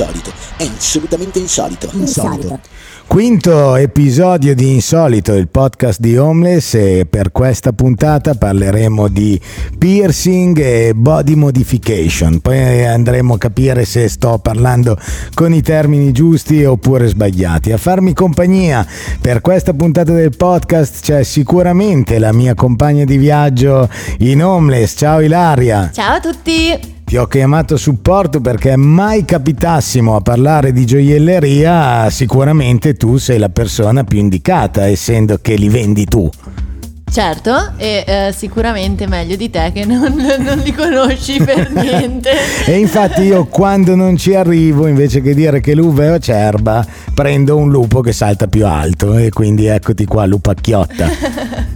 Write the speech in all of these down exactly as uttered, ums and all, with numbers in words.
insolito, è assolutamente insolito. Insolito. Quinto episodio di Insolito, il podcast di Homeless, e per questa puntata parleremo di piercing e body modification. Poi andremo a capire se sto parlando con i termini giusti oppure sbagliati. A farmi compagnia per questa puntata del podcast c'è sicuramente la mia compagna di viaggio in Homeless. Ciao Ilaria. Ciao a tutti. Ti ho chiamato supporto perché mai capitassimo a parlare di gioielleria, sicuramente tu sei la persona più indicata, essendo che li vendi tu. Certo, e eh, sicuramente meglio di te che non, non li conosci per niente. E infatti io quando non ci arrivo, invece che dire che l'uva è acerba, prendo un lupo che salta più alto, e quindi eccoti qua, lupacchiotta.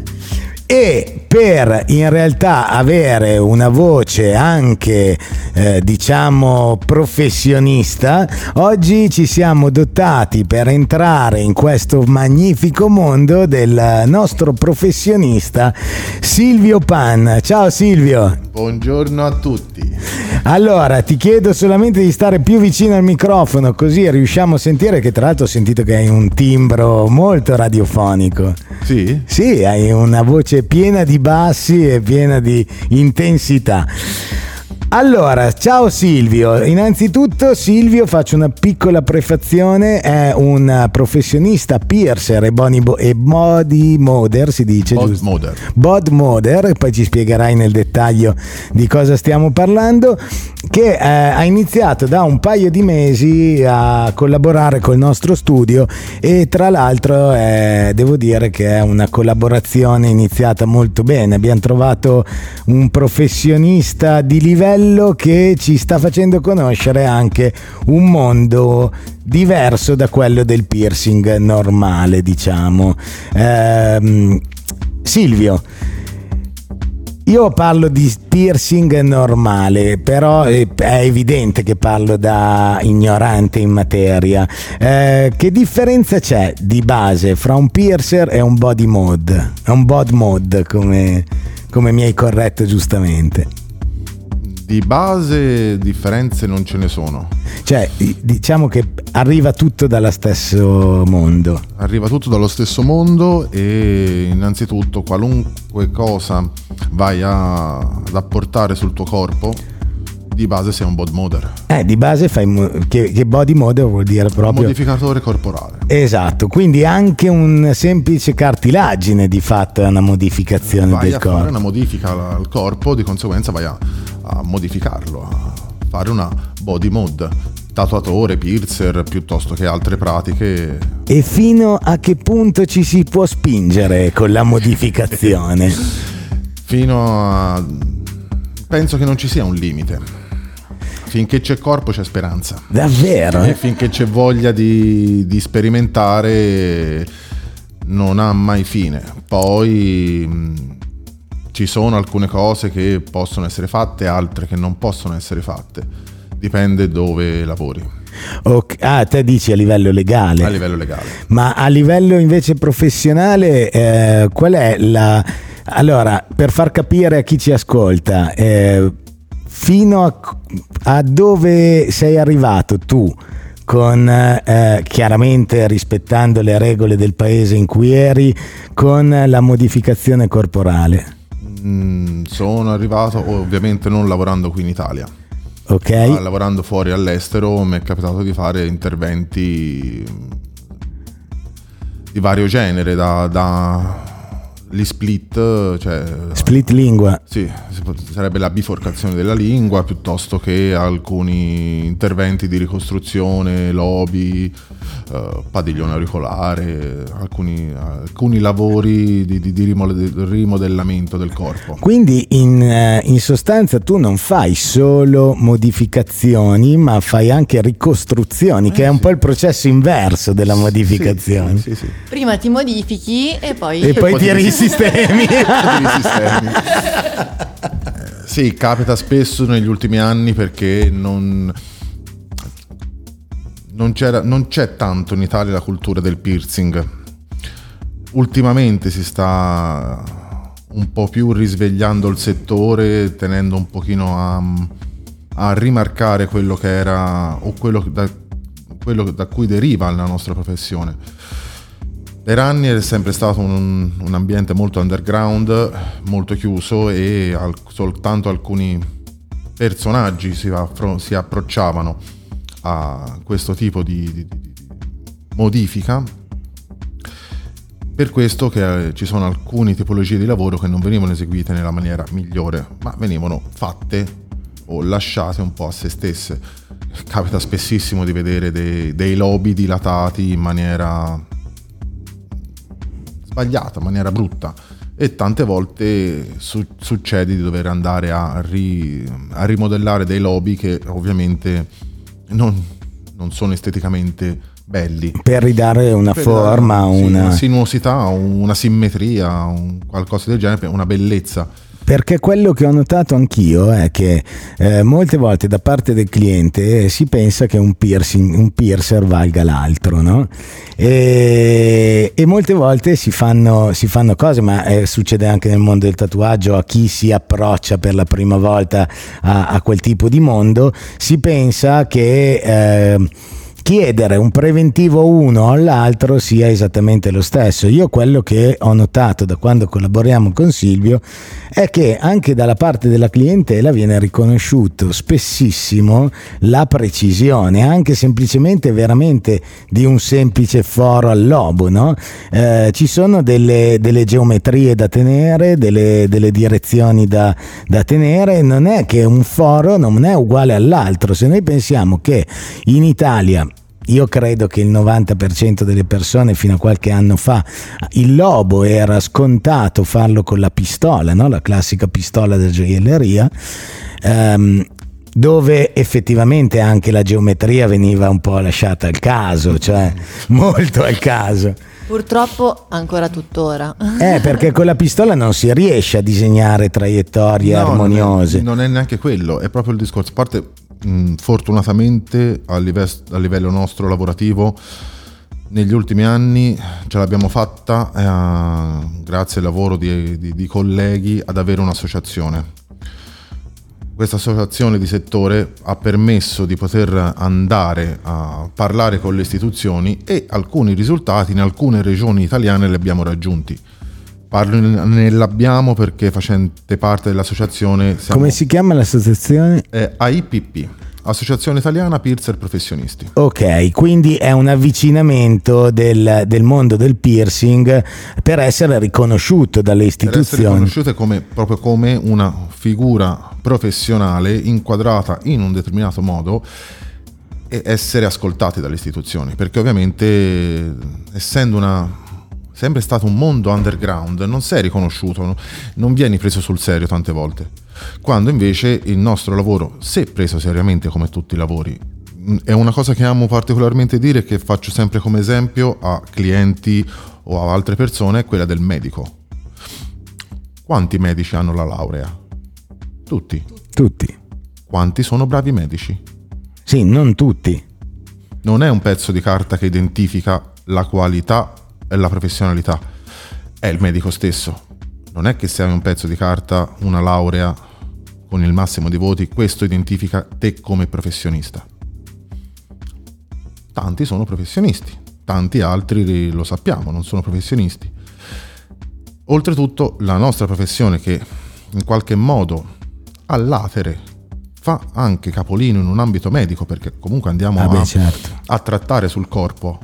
E per in realtà avere una voce anche eh, diciamo professionista, oggi ci siamo dotati per entrare in questo magnifico mondo del nostro professionista Silvio Pan. Ciao Silvio. Buongiorno a tutti. Allora ti chiedo solamente di stare più vicino al microfono, così riusciamo a sentire, che tra l'altro ho sentito che hai un timbro molto radiofonico. Sì? Sì, hai una voce piena di bassi e piena di intensità. Allora, ciao Silvio. Innanzitutto Silvio, faccio una piccola prefazione, è un professionista piercer e body, e body modder, si dice, Bod giusto? modder. Bod modder, poi ci spiegherai nel dettaglio di cosa stiamo parlando, che eh, ha iniziato da un paio di mesi a collaborare col nostro studio, e tra l'altro eh, devo dire che è una collaborazione iniziata molto bene. Abbiamo trovato un professionista di livello che ci sta facendo conoscere anche un mondo diverso da quello del piercing normale, diciamo. Ehm, Silvio, io parlo di piercing normale, però è evidente che parlo da ignorante in materia. Eh, che differenza c'è di base fra un piercer e un body mod? Un bod mod, come, come mi hai corretto giustamente. Di base differenze non ce ne sono. Cioè, diciamo che arriva tutto dallo stesso mondo. Arriva tutto dallo stesso mondo, e innanzitutto qualunque cosa vai a, ad apportare sul tuo corpo, di base sei un bod modder. Eh, di base fai mo- che, che body modder vuol dire proprio un modificatore corporale. Esatto, quindi anche un semplice cartilagine di fatto è una modificazione vai del a corpo. fare una modifica al corpo, di conseguenza vai a, a modificarlo, a fare una body mod, tatuatore, piercer, piuttosto che altre pratiche. E fino a che punto ci si può spingere con la modificazione? Fino a... penso che non ci sia un limite. Finché c'è corpo c'è speranza. Davvero? E finché c'è voglia di, di sperimentare non ha mai fine. Poi mh, ci sono alcune cose che possono essere fatte, altre che non possono essere fatte. Dipende dove lavori. Okay. Ah, te dici a livello legale. A livello legale. Ma a livello invece professionale, eh, qual è la... Allora, per far capire a chi ci ascolta, eh, fino a, a dove sei arrivato tu, con eh, chiaramente rispettando le regole del paese in cui eri, con la modificazione corporale? Mm, sono arrivato ovviamente non lavorando qui in Italia. Ok. Ma lavorando fuori all'estero mi è capitato di fare interventi di vario genere, da... da gli split, cioè split lingua. Sì, sarebbe la biforcazione della lingua, piuttosto che alcuni interventi di ricostruzione, lobi, eh, padiglione auricolare, alcuni, alcuni lavori di, di, di rimodellamento del corpo. Quindi in, in sostanza tu non fai solo modificazioni, ma fai anche ricostruzioni, eh, che è un sì. po' il processo inverso della modificazione. Sì, sì, sì. Prima ti modifichi e poi e poi ti risistemi. sistemi. Sì, capita spesso negli ultimi anni, perché non non c'era non c'è tanto in Italia la cultura del piercing. Ultimamente si sta un po' più risvegliando il settore, tenendo un pochino a a rimarcare quello che era o quello da, quello da cui deriva la nostra professione. Per anni è sempre stato un, un ambiente molto underground, molto chiuso, e al, soltanto alcuni personaggi si, affro- si approcciavano a questo tipo di, di, di modifica. Per questo che eh, ci sono alcune tipologie di lavoro che non venivano eseguite nella maniera migliore, ma venivano fatte o lasciate un po' a se stesse. Capita spessissimo di vedere dei, dei lobby dilatati in maniera sbagliata, in maniera brutta, e tante volte su- succede di dover andare a, ri- a rimodellare dei lobby che ovviamente non, non sono esteticamente belli, per ridare una per forma, dare, sì, una... una sinuosità, una simmetria, un qualcosa del genere, una bellezza. Perché quello che ho notato anch'io è che eh, molte volte da parte del cliente eh, si pensa che un piercing, un piercer valga l'altro, no? E, e molte volte si fanno, si fanno cose, ma eh, succede anche nel mondo del tatuaggio. A chi si approccia per la prima volta a, a quel tipo di mondo, si pensa che eh, chiedere un preventivo uno all'altro sia esattamente lo stesso. Io quello che ho notato da quando collaboriamo con Silvio è che anche dalla parte della clientela viene riconosciuto spessissimo la precisione, anche semplicemente veramente di un semplice foro al lobo, no? Eh, ci sono delle, delle geometrie da tenere, delle, delle direzioni da, da tenere. Non è che un foro non è uguale all'altro. Se noi pensiamo che in Italia, io credo che il novanta per cento delle persone fino a qualche anno fa il lobo era scontato farlo con la pistola, no? La classica pistola da gioielleria, ehm, dove effettivamente anche la geometria veniva un po' lasciata al caso, cioè molto al caso. Purtroppo ancora tuttora. Eh, perché con la pistola non si riesce a disegnare traiettorie No, armoniose. Non è, non è neanche quello, è proprio il discorso. A parte, mh, fortunatamente a livello, a livello nostro lavorativo, negli ultimi anni ce l'abbiamo fatta, eh, grazie al lavoro di, di, di colleghi, ad avere un'associazione. Questa associazione di settore ha permesso di poter andare a parlare con le istituzioni, e alcuni risultati in alcune regioni italiane li abbiamo raggiunti. Parlo nell'abbiamo perché, facente parte dell'associazione, siamo, Come si chiama l'associazione? eh, A I P P, Associazione Italiana Piercer Professionisti. Ok, quindi è un avvicinamento del, del mondo del piercing per essere riconosciuto dalle Per istituzioni. essere riconosciute come, proprio come una figura professionale inquadrata in un determinato modo, e essere ascoltati dalle istituzioni, perché ovviamente, essendo una sempre stato un mondo underground, non sei riconosciuto, non vieni preso sul serio tante volte, quando invece il nostro lavoro, se preso seriamente come tutti i lavori, è una cosa che amo particolarmente dire, che faccio sempre come esempio a clienti o a altre persone, è quella del medico. Quanti medici hanno la laurea? Tutti. Tutti. Quanti sono bravi medici? Sì, non tutti. Non è un pezzo di carta che identifica la qualità e la professionalità, è il medico stesso. Non è che se hai un pezzo di carta, una laurea con il massimo di voti, questo identifica te come professionista. Tanti sono professionisti, tanti altri, lo sappiamo, non sono professionisti. Oltretutto la nostra professione, che in qualche modo all'atere fa anche capolino in un ambito medico, perché comunque andiamo ah a, beh, certo. a trattare sul corpo,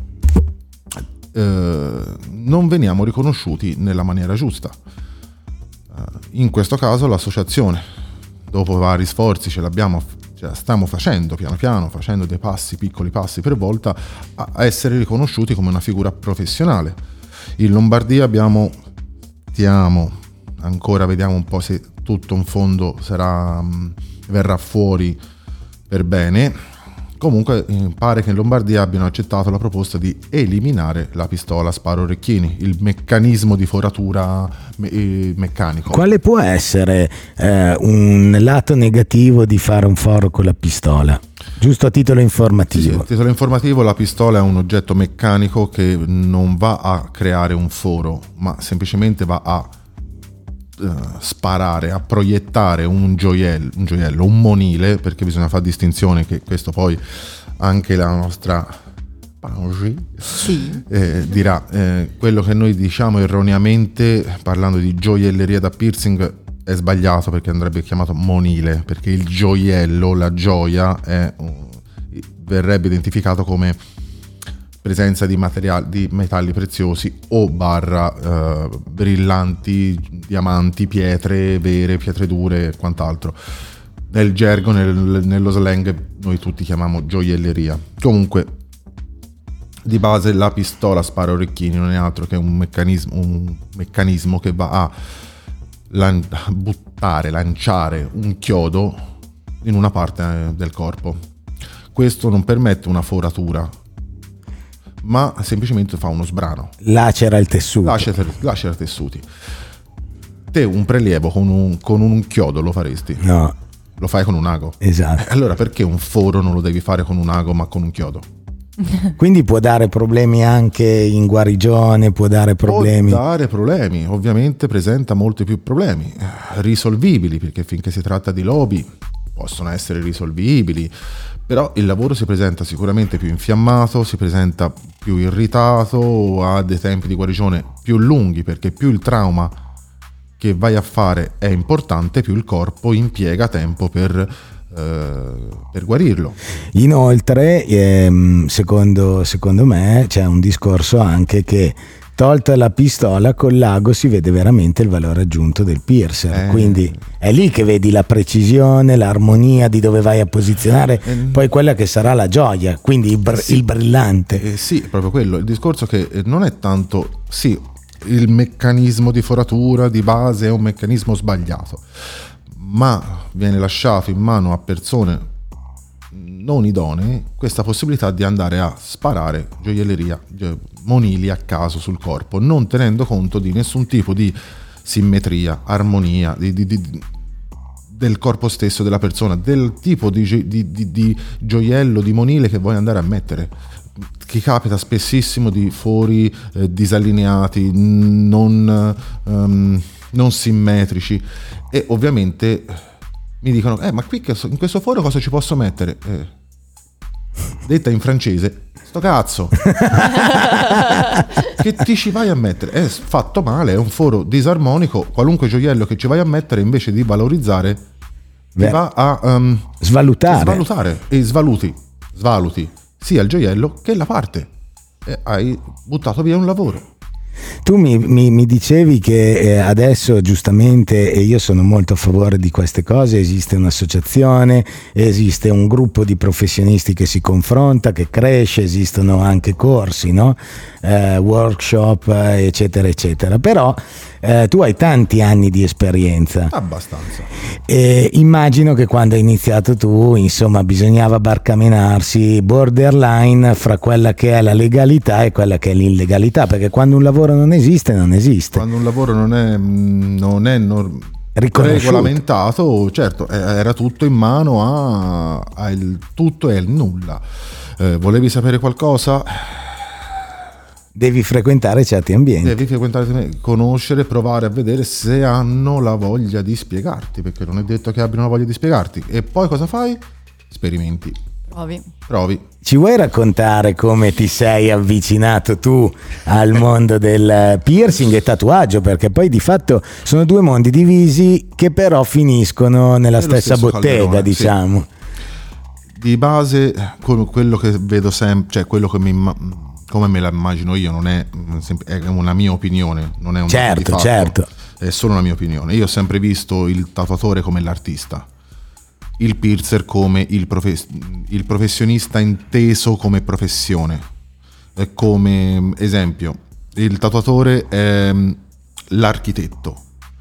eh, non veniamo riconosciuti nella maniera giusta. Eh, in questo caso l'associazione, dopo vari sforzi, ce l'abbiamo, cioè stiamo facendo piano piano, facendo dei passi, piccoli passi per volta, a, a essere riconosciuti come una figura professionale. In Lombardia abbiamo, stiamo ancora, vediamo un po' se tutto in fondo sarà, mh, verrà fuori per bene. Comunque pare che in Lombardia abbiano accettato la proposta di eliminare la pistola a sparo orecchini, il meccanismo di foratura me- eh, meccanico. Quale può essere eh, un lato negativo di fare un foro con la pistola? Giusto a titolo informativo. Sì, sì, a titolo informativo, la pistola è un oggetto meccanico che non va a creare un foro, ma semplicemente va a sparare, a proiettare un gioiello, un gioiello, un monile, perché bisogna fare distinzione, che questo poi anche la nostra Pangi Sì. eh, dirà, eh, quello che noi diciamo erroneamente parlando di gioielleria da piercing è sbagliato, perché andrebbe chiamato monile, perché il gioiello, la gioia è, verrebbe identificato come presenza di materiali, di metalli preziosi o barra eh, brillanti, diamanti, pietre vere, pietre dure e quant'altro. Nel gergo, nel, nello slang, noi tutti chiamiamo gioielleria. Comunque, di base la pistola spara orecchini non è altro che un meccanismo, un meccanismo che va a lan- buttare, lanciare un chiodo in una parte del corpo. Questo non permette una foratura, ma semplicemente fa uno sbrano. Lacera il tessuto. Lacera, lacera tessuti. Te un prelievo con un, con un chiodo lo faresti? No. Lo fai con un ago. Esatto. Eh, allora perché un foro non lo devi fare con un ago ma con un chiodo? Quindi può dare problemi anche in guarigione, può dare problemi. Può dare problemi, ovviamente presenta molti più problemi, risolvibili, perché finché si tratta di lobi possono essere risolvibili, però il lavoro si presenta sicuramente più infiammato, si presenta più irritato, ha dei tempi di guarigione più lunghi, perché più il trauma che vai a fare è importante, più il corpo impiega tempo per, eh, per guarirlo. Inoltre, ehm, secondo, secondo me, c'è un discorso anche che, tolta la pistola, col lago si vede veramente il valore aggiunto del piercer, eh. quindi è lì che vedi la precisione, l'armonia di dove vai a posizionare, eh. poi quella che sarà la gioia, quindi il, br- sì. il brillante. Eh, sì, proprio quello. Il discorso che non è tanto, sì, il meccanismo di foratura di base è un meccanismo sbagliato, ma viene lasciato in mano a persone non idonee questa possibilità di andare a sparare gioielleria, monili a caso sul corpo, non tenendo conto di nessun tipo di simmetria, armonia, di, di, di, del corpo stesso della persona, del tipo di, di, di, di gioiello, di monile che vuoi andare a mettere. Che capita spessissimo di fori eh, disallineati, non, um, non simmetrici, e ovviamente mi dicono eh ma qui in questo foro cosa ci posso mettere? Eh, detta in francese, sto cazzo. Che ti ci vai a mettere? È fatto male, è un foro disarmonico. Qualunque gioiello che ci vai a mettere, invece di valorizzare, ti va a um, svalutare. svalutare e svaluti svaluti sia il gioiello che la parte, e hai buttato via un lavoro. Tu mi, mi, mi dicevi che eh, adesso, giustamente, e io sono molto a favore di queste cose, esiste un'associazione, esiste un gruppo di professionisti che si confronta, che cresce, esistono anche corsi, no? eh, workshop, eh, eccetera eccetera, però eh, tu hai tanti anni di esperienza. Abbastanza. E immagino che quando hai iniziato tu, insomma, bisognava barcamenarsi borderline fra quella che è la legalità e quella che è l'illegalità, perché quando un lavoro non esiste, non esiste. Quando un lavoro non è, non è nor- regolamentato, certo, era tutto in mano a, a il tutto e il nulla. Eh, volevi sapere qualcosa? Devi frequentare certi ambienti. Devi frequentare, conoscere, provare a vedere se hanno la voglia di spiegarti, perché non è detto che abbiano la voglia di spiegarti. E poi cosa fai? Sperimenti. Provi. Provi. Ci vuoi raccontare come ti sei avvicinato tu al mondo del piercing e tatuaggio? Perché poi di fatto sono due mondi divisi che però finiscono nella È lo stessa stesso bottega, calderone, diciamo. Sì. Di base, quello che vedo sempre, cioè quello che mi come me la immagino io, non è, è una mia opinione, non è un certo, di fatto, certo. È solo una mia opinione. Io ho sempre visto il tatuatore come l'artista, il piercer come il, profes- il professionista inteso come professione. È come esempio, il tatuatore è l'architetto,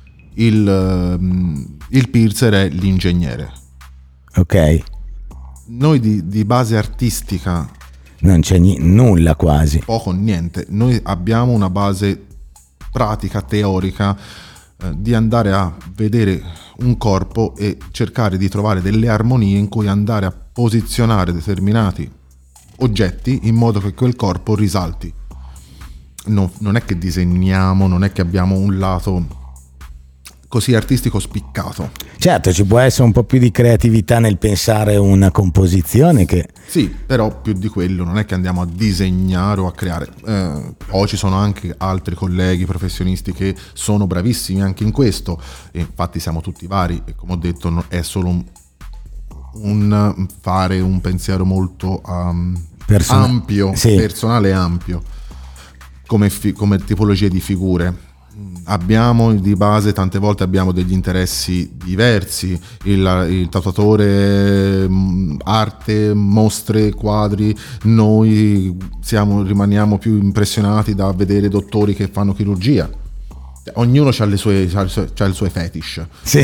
il, il piercer è l'ingegnere. Ok. Noi di, di base artistica non c'è ni- nulla quasi. Poco, niente. Noi abbiamo una base pratica, teorica, eh, di andare a vedere un corpo e cercare di trovare delle armonie in cui andare a posizionare determinati oggetti in modo che quel corpo risalti. Non, non è che disegniamo, non è che abbiamo un lato così artistico spiccato. Certo, ci può essere un po' più di creatività nel pensare una composizione che... Sì, però più di quello non è che andiamo a disegnare o a creare. Eh, poi ci sono anche altri colleghi professionisti che sono bravissimi anche in questo, e infatti siamo tutti vari, e come ho detto no, è solo un, un fare un pensiero molto um, Person- ampio, sì. personale e ampio, come, fi- come tipologie di figure. Abbiamo di base, tante volte abbiamo degli interessi diversi, il, il tatuatore, arte, mostre, quadri, noi siamo, rimaniamo più impressionati da vedere dottori che fanno chirurgia. Ognuno ha le sue, c'ha le sue, c'ha il suo fetish. Sì.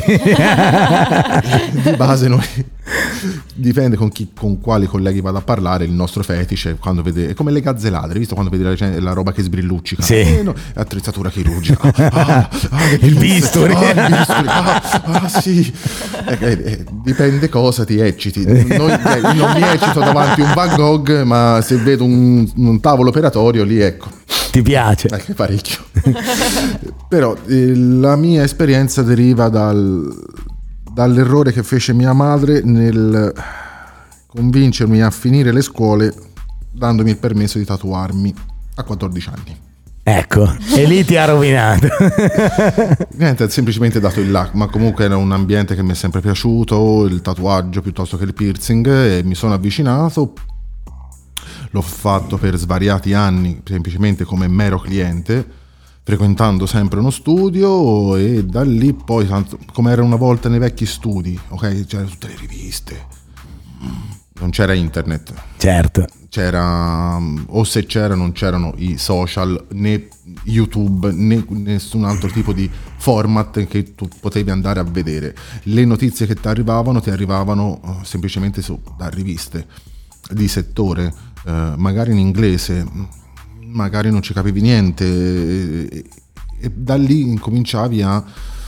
Di base noi dipende con chi, con quali colleghi vado a parlare. Il nostro fetish quando vede, è come le gazzelate, visto quando vedi la, la roba che sbrilluccica, sì. eh, no, attrezzatura chirurgica, ah, ah, il bisturi, ah, il bisturi, ah, ah, sì. eh, eh, dipende cosa ti ecciti. Noi, eh, non mi eccito davanti a un Van Gogh, ma se vedo un, un tavolo operatorio lì, ecco, ti piace? Eh, parecchio. Però eh, la mia esperienza deriva dal, dall'errore che fece mia madre nel convincermi a finire le scuole dandomi il permesso di tatuarmi a quattordici anni. Ecco, e lì ti ha rovinato. Niente, ha semplicemente dato il là, ma comunque era un ambiente che mi è sempre piaciuto, il tatuaggio piuttosto che il piercing, e mi sono avvicinato. L'ho fatto per svariati anni, semplicemente come mero cliente, frequentando sempre uno studio, e da lì poi, tanto, come era una volta nei vecchi studi, ok, c'erano tutte le riviste, non c'era internet. Certo. C'era, o se c'era, non c'erano i social, né YouTube, né nessun altro tipo di format che tu potevi andare a vedere. Le notizie che ti arrivavano, ti arrivavano semplicemente su, da riviste di settore, eh, magari in inglese, magari non ci capivi niente, e, e da lì incominciavi a,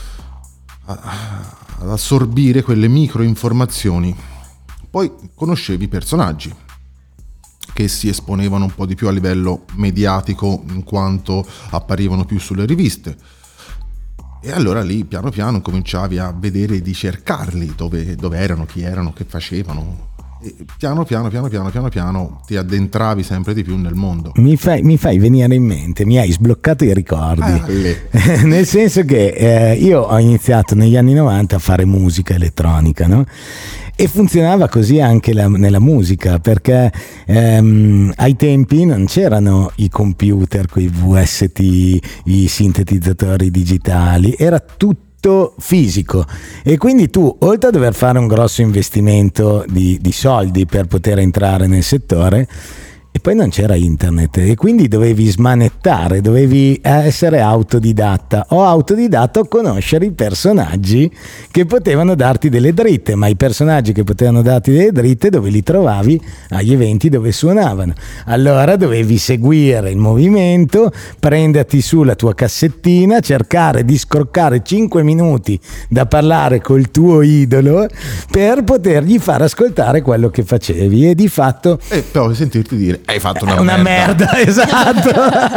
a, ad assorbire quelle micro informazioni. Poi conoscevi i personaggi che si esponevano un po' di più a livello mediatico, in quanto apparivano più sulle riviste, e allora lì piano piano cominciavi a vedere, di cercarli, dove, dove erano, chi erano, che facevano. E piano piano piano piano piano piano ti addentravi sempre di più nel mondo. Mi fai, mi fai venire in mente, mi hai sbloccato i ricordi, eh, nel senso che eh, io ho iniziato negli anni novanta a fare musica elettronica, no? E funzionava così anche la, nella musica, perché ehm, ai tempi non c'erano i computer con i V S T, i sintetizzatori digitali, era tutto fisico, e quindi tu, oltre a dover fare un grosso investimento di, di soldi per poter entrare nel settore, e poi non c'era internet, e quindi dovevi smanettare, dovevi essere autodidatta o autodidatta o conoscere i personaggi che potevano darti delle dritte, ma i personaggi che potevano darti delle dritte dove li trovavi? Agli eventi dove suonavano. Allora dovevi seguire il movimento, prenderti su la tua cassettina, cercare di scroccare cinque minuti da parlare col tuo idolo per potergli far ascoltare quello che facevi, e di fatto e poi sentirti dire hai fatto una, una merda. merda esatto.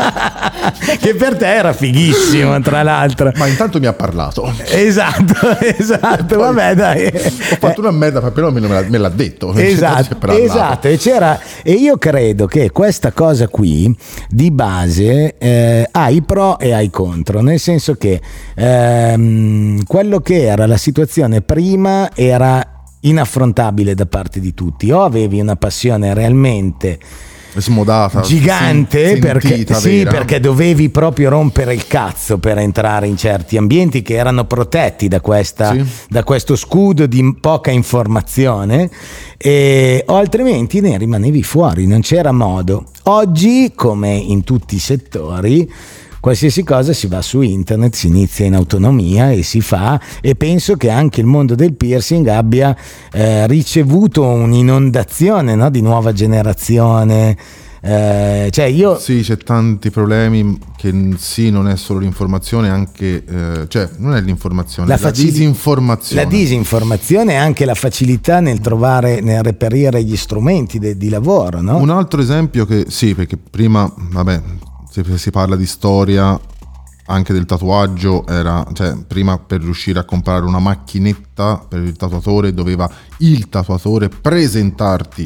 Che per te era fighissimo, tra l'altro, ma intanto mi ha parlato. Esatto, esatto. Poi, vabbè, dai, ho fatto una merda, però me l'ha, me l'ha detto. Esatto, esatto. E c'era, e io credo che questa cosa qui di base eh, ha i pro e ha i contro, nel senso che ehm, quello che era la situazione prima era inaffrontabile da parte di tutti, o avevi una passione realmente smodata, gigante, sen- perché, sì, vera. perché dovevi proprio rompere il cazzo per entrare in certi ambienti che erano protetti da, questa, sì. da questo scudo di poca informazione, e, o altrimenti ne rimanevi fuori, non c'era modo. Oggi, come in tutti i settori, qualsiasi cosa si va su internet, si inizia in autonomia e si fa, e penso che anche il mondo del piercing abbia eh, ricevuto un'inondazione, no, di nuova generazione. Eh, cioè io sì, c'è tanti problemi, che sì, non è solo l'informazione, anche eh, cioè non è l'informazione, la, facil- la disinformazione la disinformazione e anche la facilità nel trovare, nel reperire gli strumenti de- di lavoro, no? Un altro esempio che sì, perché prima vabbè, se si parla di storia anche del tatuaggio era, cioè, prima per riuscire a comprare una macchinetta per il tatuatore doveva il tatuatore presentarti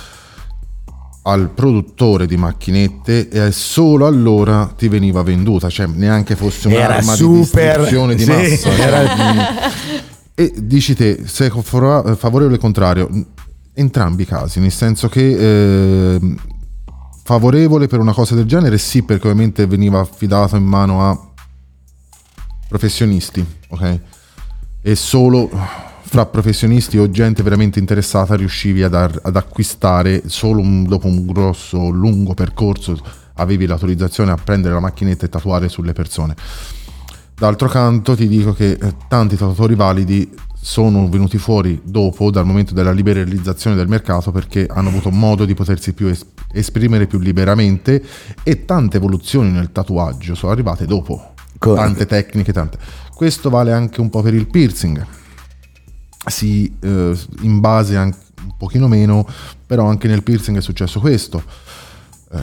al produttore di macchinette e solo allora ti veniva venduta, cioè neanche fosse un'arma super, di distruzione di sì, massa. era... E dici te, sei favorevole o contrario? Entrambi i casi, nel senso che eh, favorevole per una cosa del genere sì, perché ovviamente veniva affidato in mano a professionisti, ok? E solo fra professionisti o gente veramente interessata riuscivi ad, ar- ad acquistare solo un, dopo un grosso lungo percorso avevi l'autorizzazione a prendere la macchinetta e tatuare sulle persone. D'altro canto ti dico che eh, tanti tatuatori validi sono venuti fuori dopo, dal momento della liberalizzazione del mercato, perché hanno avuto modo di potersi più es- esprimere più liberamente, e tante evoluzioni nel tatuaggio sono arrivate dopo, Con... tante tecniche, tante. Questo vale anche un po' per il piercing. Sì, eh, in base anche un pochino meno, però anche nel piercing è successo questo. Eh,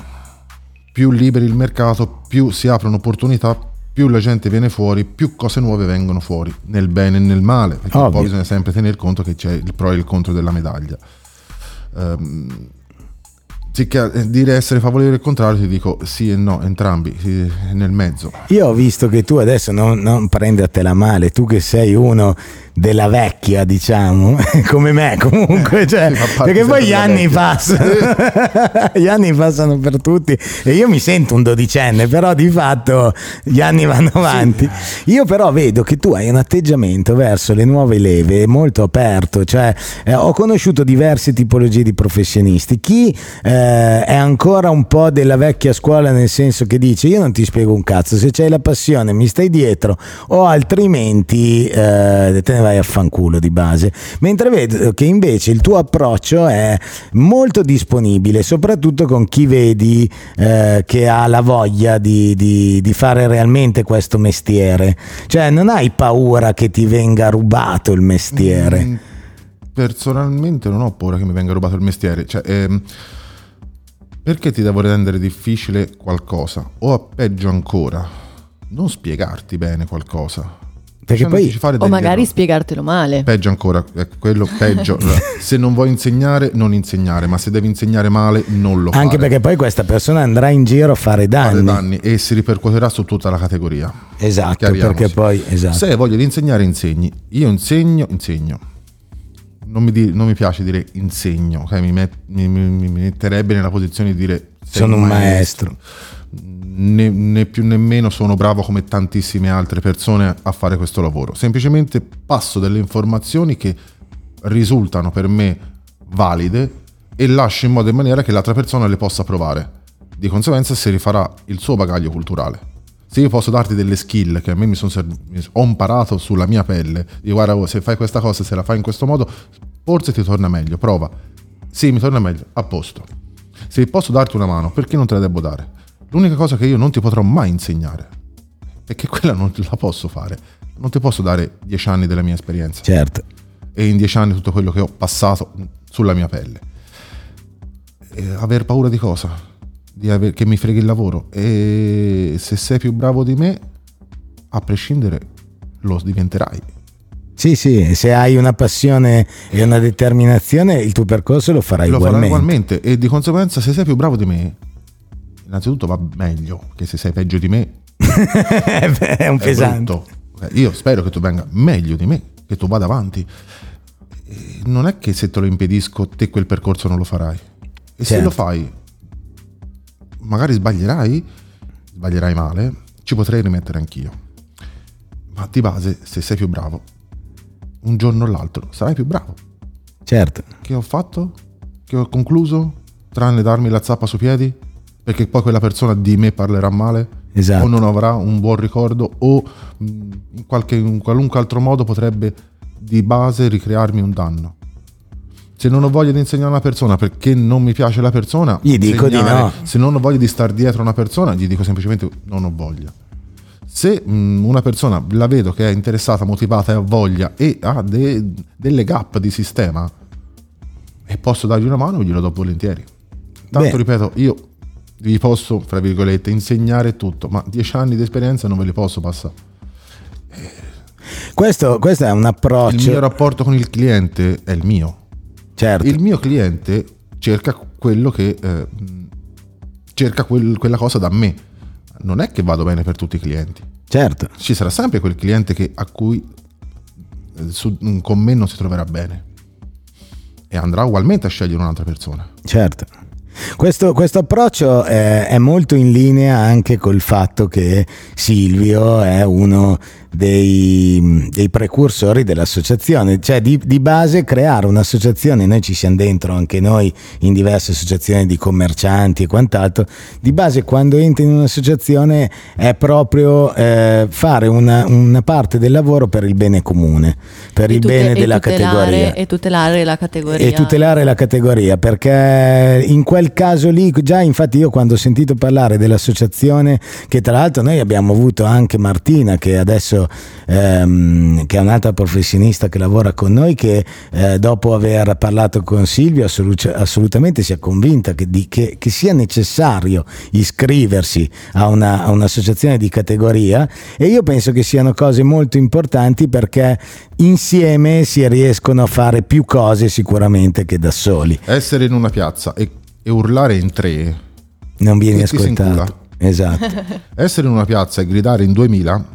più liberi il mercato, più si aprono opportunità, più la gente viene fuori, più cose nuove vengono fuori, nel bene e nel male, perché Ovvio. poi bisogna sempre tener conto che c'è il pro e il contro della medaglia. Um, Che dire essere favorevole al contrario, ti dico sì e no, entrambi, sì, nel mezzo. Io ho visto che tu adesso non, non prendertela male, tu che sei uno della vecchia, diciamo, come me comunque, cioè, perché poi gli anni passano, gli anni passano per tutti e io mi sento un dodicenne, però di fatto gli anni vanno avanti. Sì. Io però vedo che tu hai un atteggiamento verso le nuove leve molto aperto, cioè eh, ho conosciuto diverse tipologie di professionisti, chi eh, è ancora un po' della vecchia scuola, nel senso che dice io non ti spiego un cazzo, se c'hai la passione mi stai dietro o altrimenti eh, te ne vai a fanculo di base, mentre vedo che invece il tuo approccio è molto disponibile, soprattutto con chi vedi eh, che ha la voglia di, di, di fare realmente questo mestiere, cioè non hai paura che ti venga rubato il mestiere. Mm, personalmente non ho paura che mi venga rubato il mestiere, cioè ehm, perché ti devo rendere difficile qualcosa, o peggio ancora non spiegarti bene qualcosa, perché poi o magari errori. Spiegartelo male, peggio ancora, è quello peggio. Se non vuoi insegnare non insegnare, ma se devi insegnare male non lo fare, anche perché poi questa persona andrà in giro a fare danni, fare danni e si ripercuoterà su tutta la categoria. Esatto, perché poi esatto. Se hai voglia di insegnare insegni, io insegno insegno non mi, di, non mi piace dire insegno, okay? mi, met, mi, mi, mi metterebbe nella posizione di dire sono un maestro, maestro. Né, né più nemmeno sono bravo come tantissime altre persone a fare questo lavoro, semplicemente passo delle informazioni che risultano per me valide e lascio in modo e maniera che l'altra persona le possa provare, di conseguenza si rifarà il suo bagaglio culturale. Se io posso darti delle skill che a me mi sono serv- ho imparato sulla mia pelle, di guarda, se fai questa cosa, se la fai in questo modo forse ti torna meglio, prova, sì mi torna meglio, a posto. Se posso darti una mano, perché non te la devo dare? L'unica cosa che io non ti potrò mai insegnare, perché quella non la posso fare, non ti posso dare dieci anni della mia esperienza, certo, e in dieci anni tutto quello che ho passato sulla mia pelle. E aver paura di cosa? Di aver, che mi freghi il lavoro. E se sei più bravo di me, a prescindere lo diventerai. Sì, sì, se hai una passione e una determinazione il tuo percorso lo farai lo ugualmente. Farai ugualmente, e di conseguenza se sei più bravo di me, innanzitutto va meglio che se sei peggio di me. È un pesante. È io spero che tu venga meglio di me, che tu vada avanti. E non è che se te lo impedisco te quel percorso non lo farai, e certo. Se lo fai magari sbaglierai sbaglierai male, ci potrei rimettere anch'io, ma di base se sei più bravo un giorno o l'altro sarai più bravo. Certo. Che ho fatto? Che ho concluso? Tranne darmi la zappa sui piedi perché poi quella persona di me parlerà male, esatto. O non avrà un buon ricordo, o in, qualche, in qualunque altro modo potrebbe di base ricrearmi un danno. Se non ho voglia di insegnare a una persona perché non mi piace la persona, gli dico insegnare. Di no. Se non ho voglia di star dietro a una persona, gli dico semplicemente non ho voglia. Se mh, una persona la vedo che è interessata, motivata e ha voglia e ha de, delle gap di sistema e posso dargli una mano, glielo do volentieri. Tanto Beh. ripeto, io vi posso, fra virgolette, insegnare tutto, ma dieci anni di esperienza non ve li posso passare. Questo, questo è un approccio. Il mio rapporto con il cliente è il mio. Certo. Il mio cliente cerca quello che eh, cerca quel, quella cosa da me. Non è che vado bene per tutti i clienti. Certo. Ci sarà sempre quel cliente che, a cui eh, su, con me non si troverà bene e andrà ugualmente a scegliere un'altra persona. Certo. Questo, questo approccio è, è molto in linea anche col fatto che Silvio è uno dei, dei precursori dell'associazione, cioè di, di base creare un'associazione, noi ci siamo dentro anche noi in diverse associazioni di commercianti e quant'altro, di base quando entri in un'associazione è proprio eh, fare una, una parte del lavoro per il bene comune, per e il tute- bene della tutelare, categoria e tutelare la categoria e tutelare la categoria, perché in quel caso lì già, infatti, io quando ho sentito parlare dell'associazione, che tra l'altro noi abbiamo avuto anche Martina, che adesso ehm, che è un'altra professionista che lavora con noi, che eh, dopo aver parlato con Silvio assolut- assolutamente si è convinta che, di, che, che sia necessario iscriversi a, una, a un'associazione di categoria, e io penso che siano cose molto importanti perché insieme si riescono a fare più cose sicuramente che da soli. Essere in una piazza e, e urlare in tre non vieni chi si ascoltato. incula? Esatto. Essere in una piazza e gridare in duemila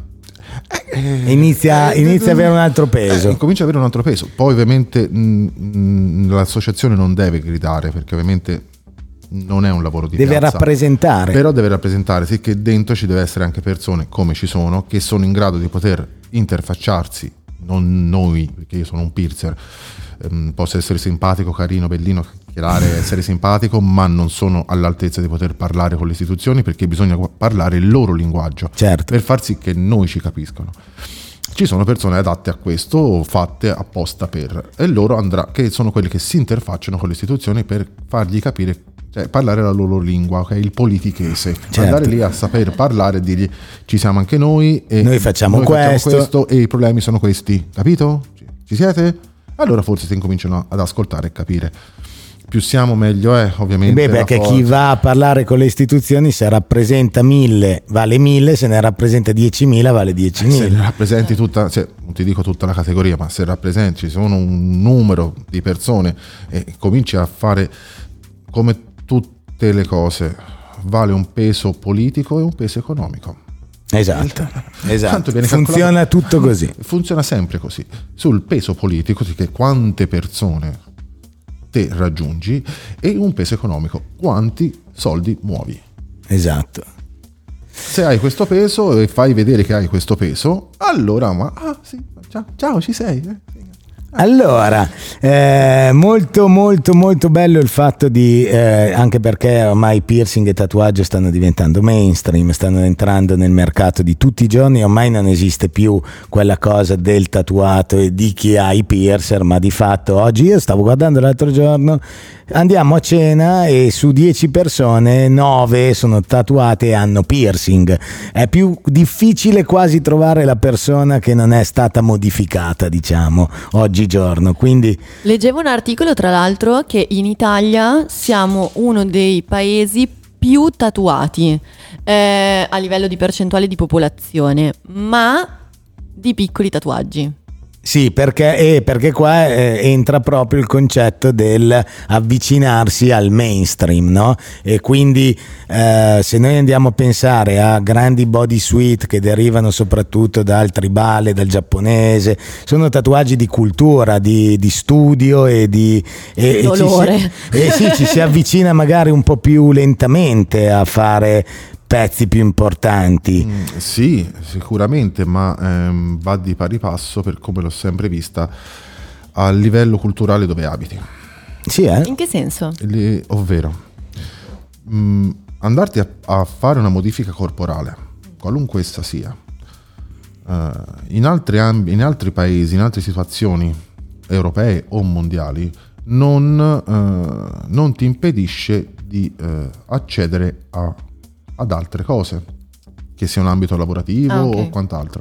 eh, inizia, eh, inizia ad avere un altro peso. Eh, comincia ad avere un altro peso. Poi ovviamente mh, mh, l'associazione non deve gridare, perché ovviamente non è un lavoro di deve piazza, rappresentare. però deve rappresentare, sì, che dentro ci deve essere anche persone come ci sono, che sono in grado di poter interfacciarsi, non noi, perché io sono un piercer, ehm, posso essere simpatico, carino, bellino, chiacchierare, essere simpatico, ma non sono all'altezza di poter parlare con le istituzioni, perché bisogna parlare il loro linguaggio, certo, per far sì che noi ci capiscano. Ci sono persone adatte a questo, fatte apposta per, e loro andrà, che sono quelli che si interfacciano con le istituzioni per fargli capire, cioè parlare la loro lingua, ok? Il politichese, certo. Andare lì a saper parlare e dirgli ci siamo anche noi e noi facciamo, noi questo. facciamo questo e i problemi sono questi, capito? Ci siete? Allora forse si incominciano ad ascoltare e capire. Più siamo meglio è, ovviamente. Beh, perché chi va a parlare con le istituzioni, se rappresenta mille vale mille, se ne rappresenta diecimila vale diecimila. Se rappresenti tutta, cioè, non ti dico tutta la categoria, ma se rappresenti, ci sono un numero di persone e cominci a fare, come tutte le cose, vale un peso politico e un peso economico. Esatto, esatto. Funziona calcolato. Tutto così. Funziona sempre così. Sul peso politico, che quante persone te raggiungi, e un peso economico, quanti soldi muovi. Esatto. Se hai questo peso e fai vedere che hai questo peso, allora ma ah sì, ciao, ciao ci sei. Eh? Allora, eh, molto molto molto bello il fatto di, eh, anche perché ormai piercing e tatuaggio stanno diventando mainstream, stanno entrando nel mercato di tutti i giorni, ormai non esiste più quella cosa del tatuato e di chi ha i piercer, ma di fatto oggi io stavo guardando l'altro giorno, andiamo a cena e su dieci persone nove sono tatuate e hanno piercing. È più difficile quasi trovare la persona che non è stata modificata, diciamo, oggigiorno. Quindi leggevo un articolo, tra l'altro, che in Italia siamo uno dei paesi più tatuati eh, a livello di percentuale di popolazione, ma di piccoli tatuaggi. Sì, perché, eh, perché qua eh, entra proprio il concetto del avvicinarsi al mainstream, no? E quindi eh, se noi andiamo a pensare a grandi bodysuit che derivano soprattutto dal tribale, dal giapponese, sono tatuaggi di cultura, di, di studio e di e, dolore. E ci, si, e sì, ci si avvicina magari un po' più lentamente a fare pezzi più importanti. Mm, sì, sicuramente, ma ehm, va di pari passo, per come l'ho sempre vista, a livello culturale dove abiti. Sì, eh? In che senso? Li, ovvero, mh, andarti a, a fare una modifica corporale, qualunque essa sia, uh, in, altri amb- in altri paesi, in altre situazioni europee o mondiali, non, uh, non ti impedisce di uh, accedere a ad altre cose, che sia un ambito lavorativo ah, okay. o quant'altro.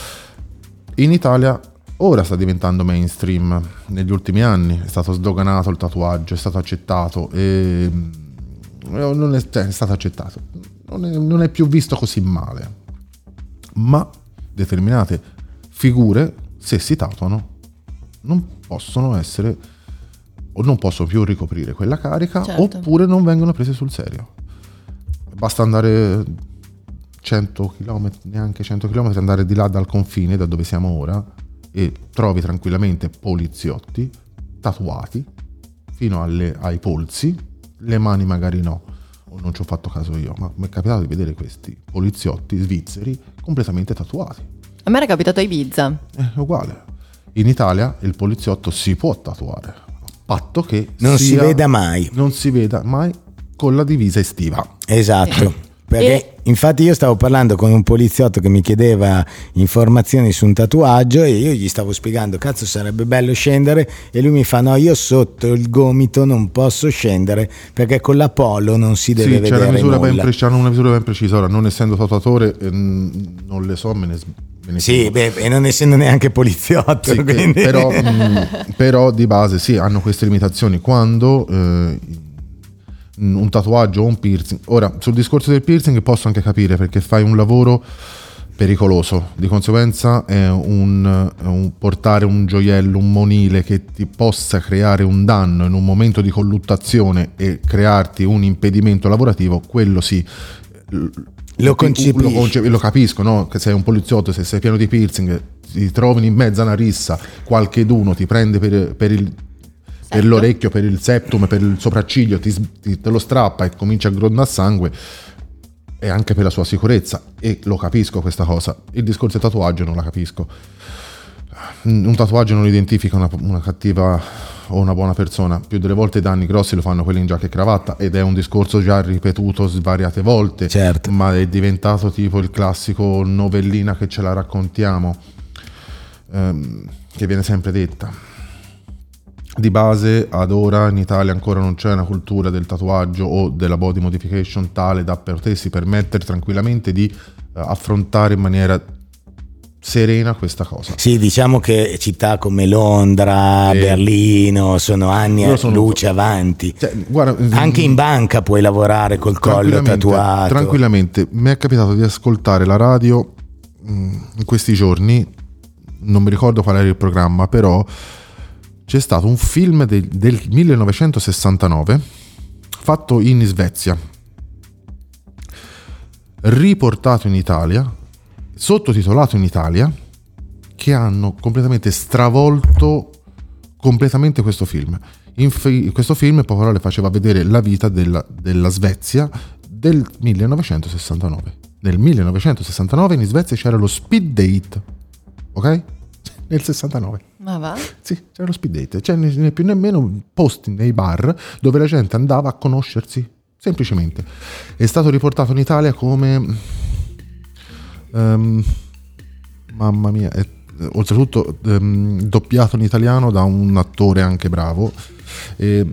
In Italia ora sta diventando mainstream, negli ultimi anni è stato sdoganato il tatuaggio, è stato accettato e non è, cioè, è stato accettato, non è, non è più visto così male, ma determinate figure, se si tatuano, non possono essere o non possono più ricoprire quella carica, certo. Oppure non vengono prese sul serio. Basta andare cento chilometri, neanche cento chilometri, andare di là dal confine, da dove siamo ora, e trovi tranquillamente poliziotti tatuati fino alle, ai polsi, le mani magari no, o non ci ho fatto caso io, ma mi è capitato di vedere questi poliziotti svizzeri completamente tatuati. A me era capitato a Ibiza. È uguale. In Italia il poliziotto si può tatuare, a patto che non sia, si veda mai. Non si veda mai con la divisa estiva. Esatto. Sì. Perché e... infatti io stavo parlando con un poliziotto che mi chiedeva informazioni su un tatuaggio e io gli stavo spiegando cazzo sarebbe bello scendere, e lui mi fa no, io sotto il gomito non posso scendere perché con la polo non si deve sì, vedere c'è una misura nulla. Ben precisa, hanno una misura ben precisa. Ora, non essendo tatuatore eh, non le so, me ne, me ne sì, beh, e non essendo neanche poliziotto, sì, quindi... che, però, mh, però di base sì, hanno queste limitazioni quando eh, un tatuaggio o un piercing. Ora, sul discorso del piercing posso anche capire, perché fai un lavoro pericoloso, di conseguenza è un, è un portare un gioiello, un monile che ti possa creare un danno in un momento di colluttazione e crearti un impedimento lavorativo, quello sì lo concepisci, lo, concepi, lo capisco, no? Che sei un poliziotto, se sei pieno di piercing, ti trovi in mezzo a una rissa, qualcheduno ti prende per, per il per l'orecchio, per il septum, per il sopracciglio, ti, ti, te lo strappa e comincia a grondare sangue, e anche per la sua sicurezza, e lo capisco questa cosa. Il discorso del tatuaggio non la capisco. Un tatuaggio non identifica una, una cattiva o una buona persona, più delle volte i danni grossi lo fanno quelli in giacca e cravatta, ed è un discorso già ripetuto svariate volte, certo. Ma è diventato tipo il classico novellina che ce la raccontiamo, ehm, che viene sempre detta. Di base ad ora in Italia ancora non c'è una cultura del tatuaggio o della body modification tale da potersi permettere tranquillamente di uh, affrontare in maniera serena questa cosa. Sì, diciamo che città come Londra, e Berlino sono anni a sono luce avanti, cioè, guarda, anche in banca puoi lavorare col collo tatuato. Tranquillamente. Mi è capitato di ascoltare la radio mh, in questi giorni, non mi ricordo qual era il programma, però c'è stato un film del, del millenovecentosessantanove fatto in Svezia, riportato in Italia, sottotitolato in Italia, che hanno completamente stravolto completamente questo film. In fi- questo film in poche parole faceva vedere la vita della, della Svezia del millenovecentosessantanove. Nel millenovecentosessantanove in Svezia c'era lo speed date, ok? Nel sessantanove. Ma va? Sì, c'era lo speed date, cioè né più nemmeno posti nei bar dove la gente andava a conoscersi, semplicemente. È stato riportato in Italia come um, mamma mia, è, oltretutto um, doppiato in italiano da un attore anche bravo, e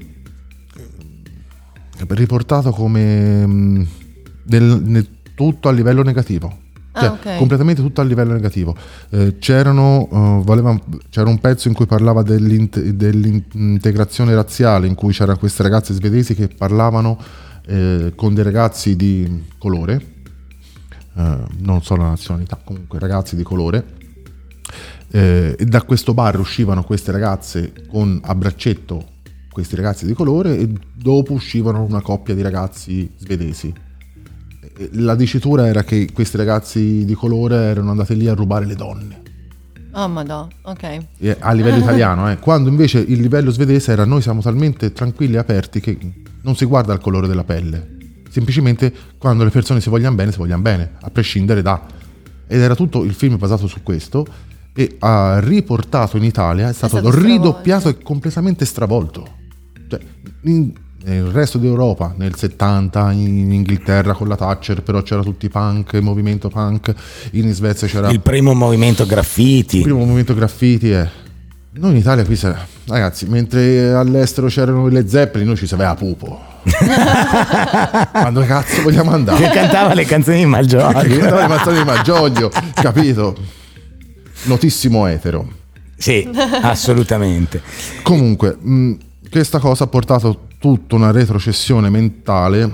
riportato come um, del, nel, tutto a livello negativo. Cioè, ah, okay. Completamente tutto a livello negativo. Eh, c'erano, uh, voleva, c'era un pezzo in cui parlava dell'int- dell'integrazione razziale, in cui c'erano queste ragazze svedesi che parlavano eh, con dei ragazzi di colore, eh, non so la nazionalità, comunque ragazzi di colore, eh, e da questo bar uscivano queste ragazze con a braccetto questi ragazzi di colore, e dopo uscivano una coppia di ragazzi svedesi. La dicitura era che questi ragazzi di colore erano andati lì a rubare le donne. Oh madò, ok. E a livello italiano, eh. Quando invece il livello svedese era: noi siamo talmente tranquilli e aperti che non si guarda il colore della pelle, semplicemente quando le persone si vogliano bene, si vogliano bene, a prescindere da. Ed era tutto il film basato su questo, e ha riportato in Italia, è stato, è stato ridoppiato e completamente stravolto. Cioè, in, nel resto d'Europa nel settanta, in Inghilterra con la Thatcher però c'era tutti punk, il movimento punk, in Svezia c'era il primo movimento graffiti il primo movimento graffiti eh. Noi in Italia qui, ragazzi, mentre all'estero c'erano le Zeppelin, noi ci sapeva Pupo. Quando cazzo vogliamo andare? Che cantava le canzoni di Malgioglio. Che cantava le canzoni di Malgioglio, capito? Notissimo etero. Sì, assolutamente. Comunque mh, questa cosa ha portato tutta una retrocessione mentale,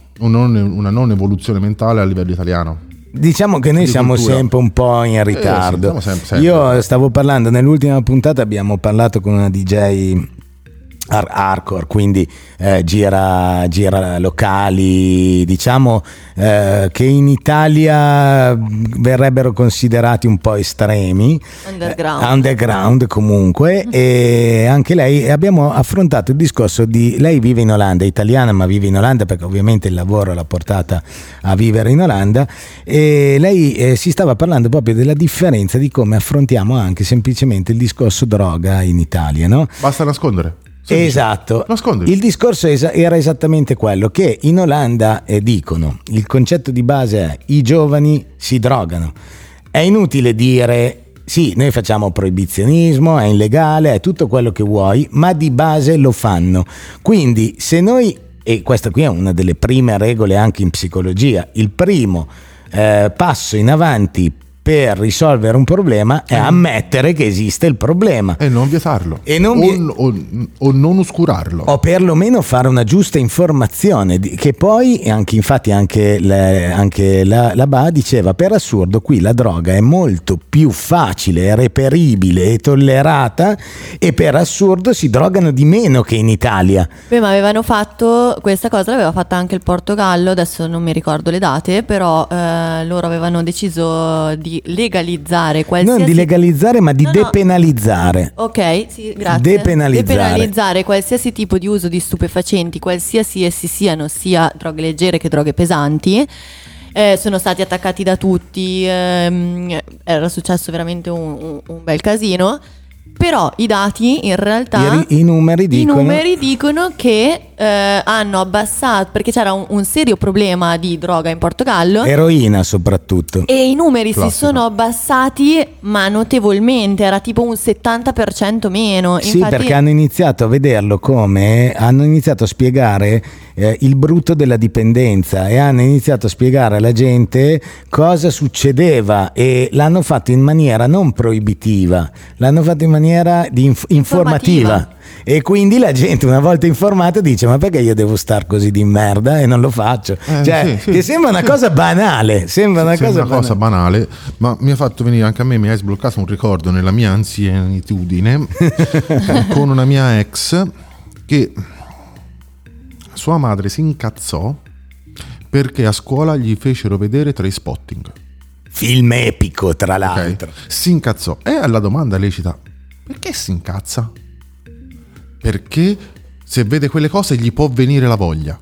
una non evoluzione mentale a livello italiano. Diciamo che noi Di siamo cultura. sempre un po' in ritardo. Eh, sì, sempre, sempre. Io stavo parlando nell'ultima puntata, abbiamo parlato con una D J ar- hardcore, quindi eh, gira, gira locali, diciamo eh, che in Italia verrebbero considerati un po' estremi, Underground. eh, underground comunque, e anche lei, abbiamo affrontato il discorso di, lei vive in Olanda, è italiana ma vive in Olanda perché ovviamente il lavoro l'ha portata a vivere in Olanda, e lei eh, si stava parlando proprio della differenza di come affrontiamo anche semplicemente il discorso droga in Italia, no? Basta nascondere. Semplice. Esatto, Nascondere. il discorso es- era esattamente quello, che in Olanda eh, dicono, il concetto di base è i giovani si drogano, è inutile dire sì, noi facciamo proibizionismo, è illegale, è tutto quello che vuoi, ma di base lo fanno, quindi se noi, e questa qui è una delle prime regole anche in psicologia, il primo eh, passo in avanti per risolvere un problema è ammettere che esiste il problema E non vietarlo. E non o, vi- o, o non oscurarlo. o perlomeno fare una giusta informazione, di- che poi e anche infatti anche, le- anche la, la B A diceva, per assurdo qui la droga è molto più facile, reperibile e tollerata, e per assurdo si drogano di meno che in Italia. Beh, ma avevano fatto questa cosa, l'aveva fatta anche il Portogallo, adesso non mi ricordo le date, però eh, loro avevano deciso di legalizzare qualsiasi... Non di legalizzare ma di No, no. depenalizzare. Ok, sì, grazie. Depenalizzare. Depenalizzare qualsiasi tipo di uso di stupefacenti, qualsiasi essi siano, sia droghe leggere che droghe pesanti. Eh, sono stati attaccati da tutti, ehm, era successo veramente un, un, un bel casino. Però i dati in realtà, I, ri- i numeri dicono, i numeri dicono che eh, hanno abbassato, perché c'era un, un serio problema di droga in Portogallo. eroina soprattutto. E i numeri Classico. si sono abbassati, ma notevolmente, era tipo un settanta per cento meno. Sì, Infatti, perché hanno iniziato a vederlo come, hanno iniziato a spiegare eh, il brutto della dipendenza, e hanno iniziato a spiegare alla gente cosa succedeva, e l'hanno fatto in maniera non proibitiva, l'hanno fatto in maniera di inf- informativa. Informativa. E quindi la gente, una volta informata, dice: ma perché io devo star così di merda e non lo faccio? Eh, Cioè, sì, sì, che sembra una sì. cosa banale, sembra una, Sembra cosa, una cosa banale, ma mi ha fatto venire anche a me, mi hai sbloccato un ricordo nella mia anzianitudine con una mia ex che sua madre si incazzò perché a scuola gli fecero vedere Trainspotting. Film epico, tra Ok? l'altro. Si incazzò. E alla domanda lecita: perché si incazza? Perché se vede quelle cose gli può venire la voglia.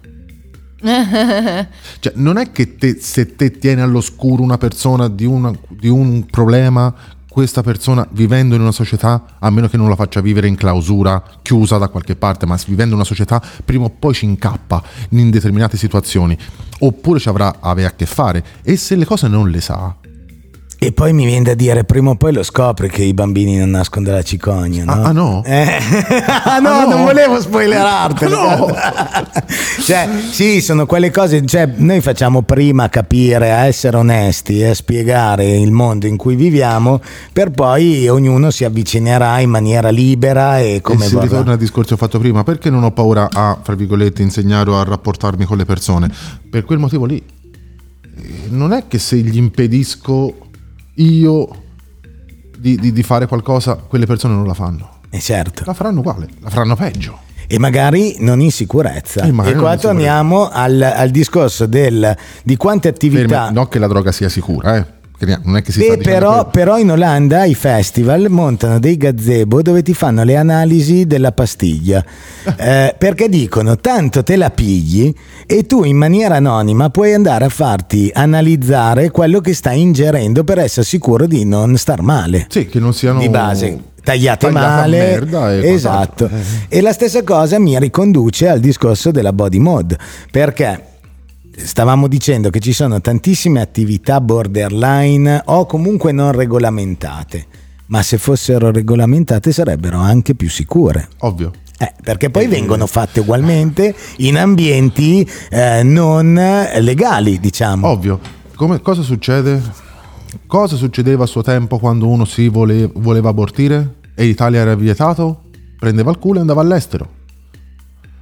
Cioè, non è che te, se te tieni all'oscuro una persona di, una, di un problema, questa persona, vivendo in una società, a meno che non la faccia vivere in clausura, chiusa da qualche parte, ma vivendo in una società, prima o poi ci incappa in determinate situazioni, oppure ci avrà avere a che fare. E se le cose non le sa, E poi mi viene da dire, prima o poi lo scopri che i bambini non nascono dalla cicogna, no? Ah, ah, no? Eh. ah no, Ah, no? non volevo spoilerartelo. No! Cioè, sì, sono quelle cose, cioè, noi facciamo prima capire, a essere onesti e a spiegare il mondo in cui viviamo, per poi ognuno si avvicinerà in maniera libera e come e si vorrà. ritorna al discorso che ho fatto prima: perché non ho paura a, fra virgolette, insegnare o a rapportarmi con le persone? Per quel motivo lì. Eh, non è che se gli impedisco io di, di, di fare qualcosa, quelle persone non la fanno. Eh, certo. La faranno uguale, la faranno peggio. E magari non in sicurezza. E E, magari non qua in sicurezza. torniamo al, al discorso del, di quante attività. Fermi, non che la droga sia sicura, eh. Che non è che si sta Beh, dicendo però, che- però in Olanda i festival montano dei gazebo dove ti fanno le analisi della pastiglia, eh, perché dicono tanto te la pigli e tu in maniera anonima puoi andare a farti analizzare quello che stai ingerendo per essere sicuro di non star male. Sì, che non siano Di base tagliate tagliate a male, merda e esatto. quant'altro. E la stessa cosa mi riconduce al discorso della body mod, perché stavamo dicendo che ci sono tantissime attività borderline o comunque non regolamentate, ma se fossero regolamentate sarebbero anche più sicure. Ovvio. Eh, perché poi vengono fatte ugualmente in ambienti eh, non legali, diciamo. Ovvio. Come, cosa succede? Cosa succedeva a suo tempo quando uno si vole, voleva abortire e l'Italia era vietato? Prendeva il culo e andava all'estero.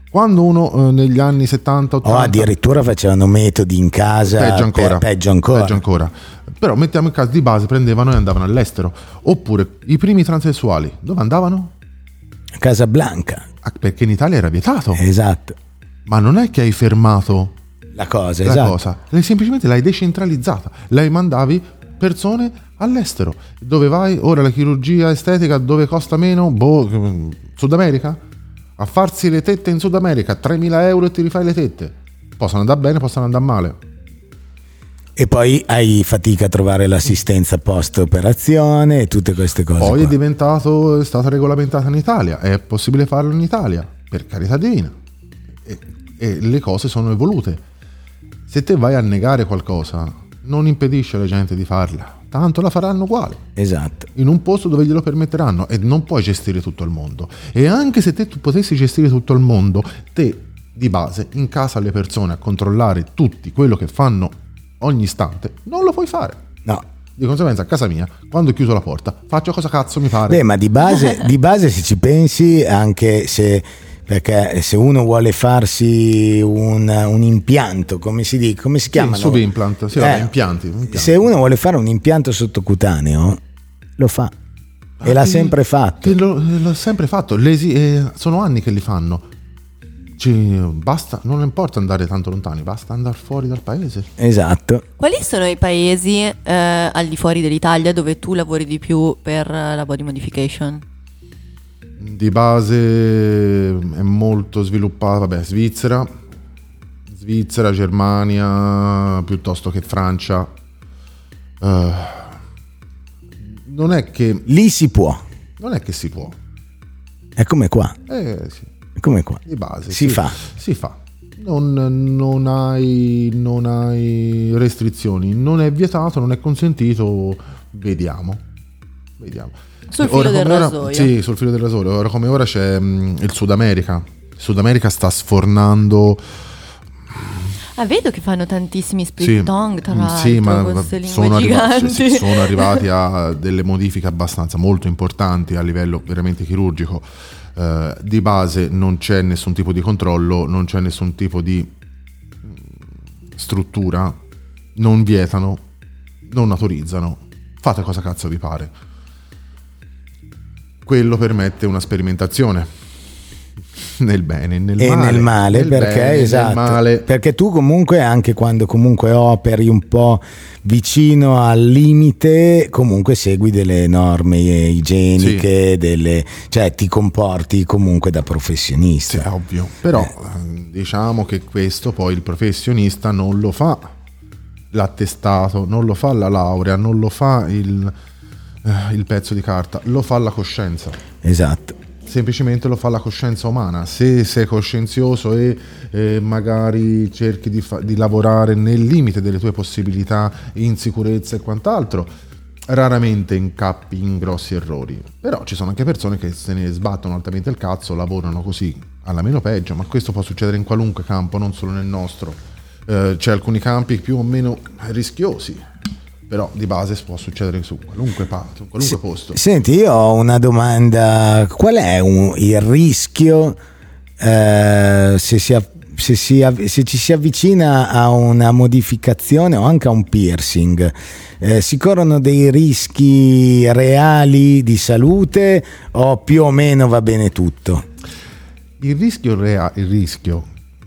Quando uno eh, negli anni settanta ottanta o addirittura facevano metodi in casa, peggio ancora, pe- peggio ancora. peggio ancora. Però mettiamo in caso, di base prendevano e andavano all'estero. Oppure i primi transessuali dove andavano? A Casablanca. Ah, perché in Italia era vietato. Esatto. Ma non è che hai fermato La cosa, la esatto. cosa, Lei semplicemente l'hai decentralizzata, lei mandavi persone all'estero. Dove vai? Ora la chirurgia estetica dove costa meno? Boh, Sud America? A farsi le tette in Sud America, tremila euro e ti rifai le tette. Possono andare bene, possono andare male. E poi hai fatica a trovare l'assistenza post operazione e tutte queste cose Poi qua. è diventato, è stata regolamentata in Italia, è possibile farlo in Italia, per carità divina. E, e le cose sono evolute. Se te vai a negare qualcosa, non impedisce alla gente di farla, tanto la faranno uguale. Esatto. In un posto dove glielo permetteranno, e non puoi gestire tutto il mondo. E anche se te tu potessi gestire tutto il mondo, te di base in casa alle persone a controllare tutti quello che fanno ogni istante, non lo puoi fare. No. Di conseguenza a casa mia, quando ho chiuso la porta, faccio cosa cazzo mi pare. Beh, ma di base, di base se ci pensi, anche se, perché se uno vuole farsi un, un impianto, come si dice, come si chiamano? Sì, subimplant, sì, vabbè, impianti, impianti. Se uno vuole fare un impianto sottocutaneo, lo fa. E Ah, l'ha che- sempre fatto. che lo- l'ho sempre fatto. Lesi- eh, sono anni che li fanno. Ci- basta, non importa andare tanto lontani, basta andare fuori dal paese. Esatto. Quali sono i paesi eh, al di fuori dell'Italia dove tu lavori di più per eh, la body modification? Di base è molto sviluppata, vabbè, Svizzera, Svizzera, Germania, piuttosto che Francia. Eh, non è che Lì si può. non è che si può. È come qua. Eh sì, È come qua. di base Si sì, fa. Si fa. Non, non hai non hai restrizioni, non è vietato, non è consentito, vediamo. Vediamo. Sul filo Ora del come ora- rasoio. Sì, sul filo del rasoio. Ora come ora c'è mh, il Sud America. Il Sud America sta sfornando. Ah, vedo che fanno tantissimi split Sì, tongue, tra mm, l'altro, sì, ma con ma queste lingue sono arrivati, giganti. sì, sì, sono arrivati a delle modifiche abbastanza molto importanti a livello veramente chirurgico. Eh, di base non c'è nessun tipo di controllo, non c'è nessun tipo di mm, struttura, non vietano, non autorizzano, fate cosa cazzo vi pare. Quello permette una sperimentazione nel bene e nel E male, nel male, nel perché bene, nel esatto, male. perché tu comunque anche quando comunque operi un po' vicino al limite comunque segui delle norme igieniche, delle, cioè ti comporti comunque da Sì, professionista. è ovvio, però eh, diciamo che questo poi il professionista non lo fa l'attestato, non lo fa la laurea, non lo fa il, eh, il pezzo di carta, lo fa la coscienza. Esatto. Semplicemente lo fa la coscienza umana. Se sei coscienzioso e eh, magari cerchi di, fa- di lavorare nel limite delle tue possibilità in sicurezza e quant'altro, raramente incappi in grossi errori. Però ci sono anche persone che se ne sbattono altamente il cazzo, lavorano così alla meno peggio, ma questo può succedere in qualunque campo, non solo nel nostro. Eh, c'è alcuni campi più o meno rischiosi, però di base può succedere su qualunque parte, in qualunque posto. Senti, io ho una domanda. Qual è un- il rischio eh, se, si, av- se, si av- se ci si avvicina a una modificazione o anche a un piercing? Eh, si corrono dei rischi reali di salute o più o meno va bene tutto? Il rischio reale, il rischio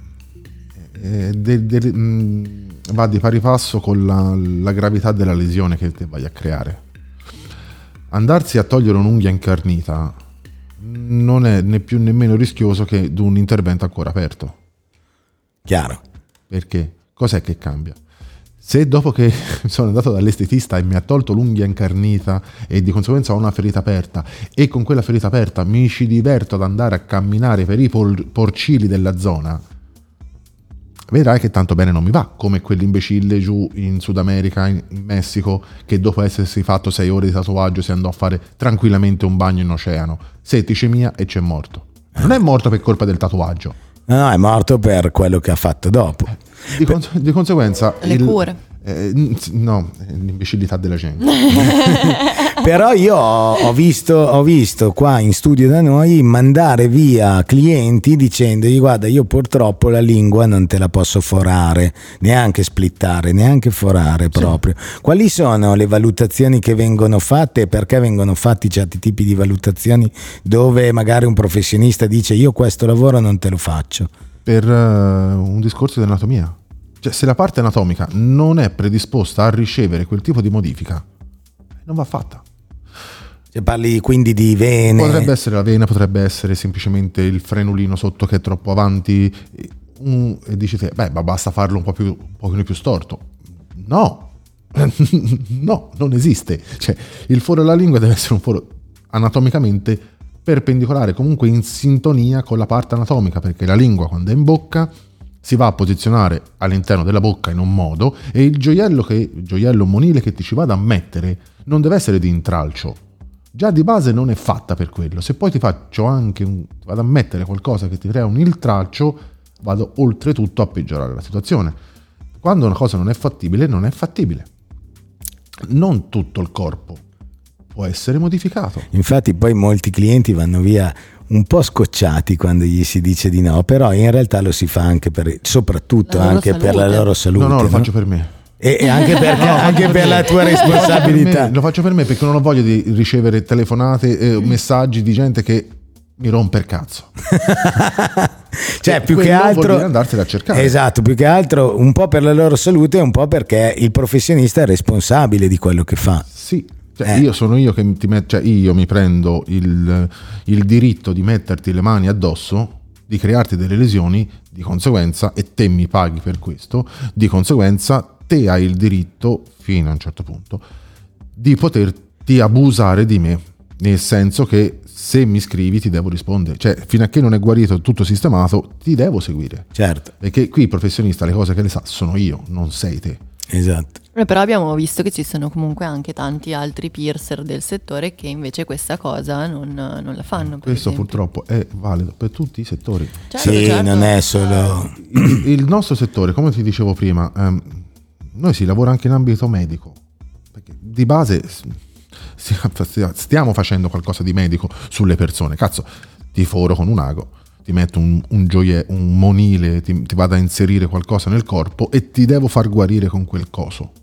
eh, de- de- mh, va di pari passo con la, la gravità della lesione che te vai a creare. Andarsi a togliere un'unghia incarnita non è né più né meno rischioso che un intervento ancora aperto. Chiaro. Perché? Cos'è che cambia? Se dopo che sono andato dall'estetista e mi ha tolto l'unghia incarnita e di conseguenza ho una ferita aperta e con quella ferita aperta mi ci diverto ad andare a camminare per i pol- porcili della zona, vedrai che tanto bene non mi va, come quell'imbecille giù in Sud America, in, in Messico, che dopo essersi fatto sei ore di tatuaggio si andò a fare tranquillamente un bagno in oceano, setticemia e c'è morto. Non è morto per colpa del tatuaggio. No, no, è morto per quello che ha fatto dopo. Di, cons- di conseguenza Le il- cure. Eh, no, l'imbecillità della gente. Però io ho, ho visto ho visto qua in studio da noi mandare via clienti dicendogli: guarda, io purtroppo la lingua non te la posso forare, neanche splittare, neanche forare proprio. Sì. Quali sono le valutazioni che vengono fatte e perché vengono fatti certi tipi di valutazioni dove magari un professionista dice: io questo lavoro non te lo faccio? Per uh, un discorso di anatomia. Cioè, se la parte anatomica non è predisposta a ricevere quel tipo di modifica, non va fatta. Cioè, parli quindi di vene? Potrebbe essere la vena, potrebbe essere semplicemente il frenulino sotto che è troppo avanti, e dici te, beh, ma basta farlo un po' più, un pochino più storto. No, no, non esiste. Cioè, il foro della lingua deve essere un foro anatomicamente perpendicolare, comunque in sintonia con la parte anatomica, perché la lingua quando è in bocca si va a posizionare all'interno della bocca in un modo, e il gioiello che il gioiello monile che ti ci vado a mettere non deve essere di intralcio. Già di base non è fatta per quello. Se poi ti faccio anche un, vado a mettere qualcosa che ti crea un intralcio, vado oltretutto a peggiorare la situazione. Quando una cosa non è fattibile, non è fattibile. Non tutto il corpo può essere modificato. Infatti poi molti clienti vanno via un po' scocciati quando gli si dice di no, però in realtà lo si fa anche per, soprattutto anche salute. Per la loro salute. No, no, lo no? faccio per me. E, e anche, perché, no, anche per la tua responsabilità. Lo faccio per me perché non ho voglia di ricevere telefonate, eh, messaggi di gente che mi rompe il cazzo. Cioè, e più che altro vuol dire andarsene a cercare. Esatto, più che altro un po' per la loro salute e un po' perché il professionista è responsabile di quello che fa. Sì. Cioè, eh. io sono io che ti met- cioè io mi prendo il, il diritto di metterti le mani addosso, di crearti delle lesioni, di conseguenza, e te mi paghi per questo, di conseguenza te hai il diritto, fino a un certo punto, di poterti abusare di me, nel senso che se mi scrivi ti devo rispondere, cioè fino a che non è guarito tutto sistemato ti devo seguire. Certo. Perché qui il professionista le cose che le sa sono io, non sei te. Esatto. Eh, però abbiamo visto che ci sono comunque anche tanti altri piercer del settore che invece questa cosa non, non la fanno. Questo esempio. Purtroppo è valido per tutti i settori. Certo, sì, certo. Non è solo il, il nostro settore, come ti dicevo prima, ehm, noi si lavora anche in ambito medico, perché di base stiamo facendo qualcosa di medico sulle persone. Cazzo, ti foro con un ago, ti metto un, un gioie, un monile, ti, ti vado a inserire qualcosa nel corpo e ti devo far guarire con quel coso.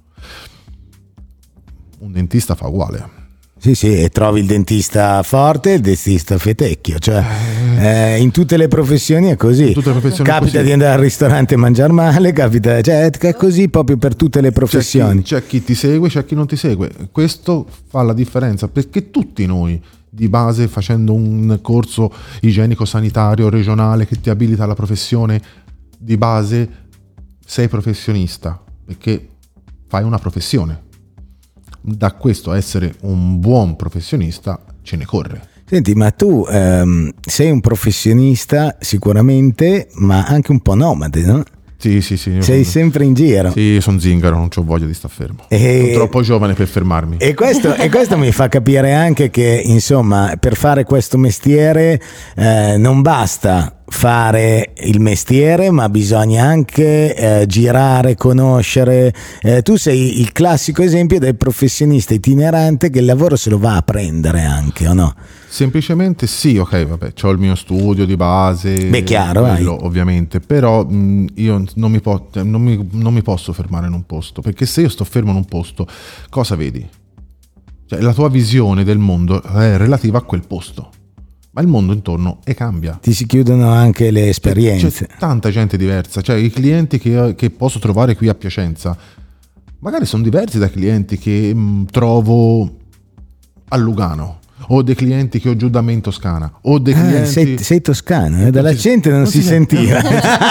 Un dentista fa uguale. Sì, sì, e trovi il dentista forte e il dentista fetecchio, cioè eh, in tutte le professioni è così. Tutte le professioni capita così. Di andare al ristorante e mangiare male, capita, cioè è così proprio per tutte le professioni. C'è chi, c'è chi ti segue, c'è chi non ti segue. Questo fa la differenza, perché tutti noi di base, facendo un corso igienico-sanitario regionale che ti abilita alla professione, di base sei professionista, perché fai una professione. Da questo essere un buon professionista ce ne corre. Senti, ma tu ehm, sei un professionista sicuramente, ma anche un po' nomade, no? Sì, sì, sì. Sei sono, sempre in giro. Sì, io sono zingaro, non ho voglia di star fermo. E... sono troppo giovane per fermarmi. E questo, e questo mi fa capire anche che, insomma, per fare questo mestiere eh, non basta fare il mestiere, ma bisogna anche eh, girare, conoscere. Eh, tu sei il classico esempio del professionista itinerante che il lavoro se lo va a prendere anche, o no? Semplicemente sì, ok, vabbè, c'ho il mio studio di base. Beh, chiaro, quello, ovviamente, però mh, io non mi, po- non, mi, non mi posso fermare in un posto, perché se io sto fermo in un posto, cosa vedi? Cioè, la tua visione del mondo è relativa a quel posto. Ma il mondo intorno e cambia. Ti si chiudono anche le esperienze. C'è tanta gente diversa, cioè i clienti che, che posso trovare qui a Piacenza magari sono diversi dai clienti che mh, trovo a Lugano, o dei clienti che ho giù da me in Toscana, o dei clienti... Ah, sei, sei toscano, eh? Dall'accento non, non si, si sentiva.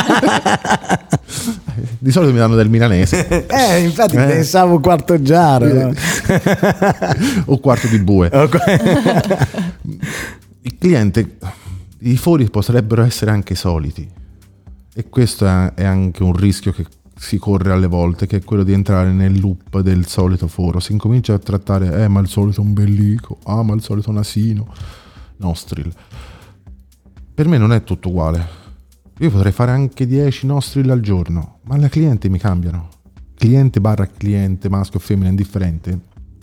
Di solito mi danno del milanese. Eh, infatti eh. pensavo quarto giaro. No? O quarto di bue. Il cliente, i fori potrebbero essere anche soliti, e questo è anche un rischio che si corre alle volte, che è quello di entrare nel loop del solito foro. Si incomincia a trattare, eh ma il solito ombelico, ah ma il solito nasino, nostril. Per me non è tutto uguale. Io potrei fare anche dieci nostril al giorno, ma le clienti mi cambiano. cliente barra cliente, maschio o femmina indifferente,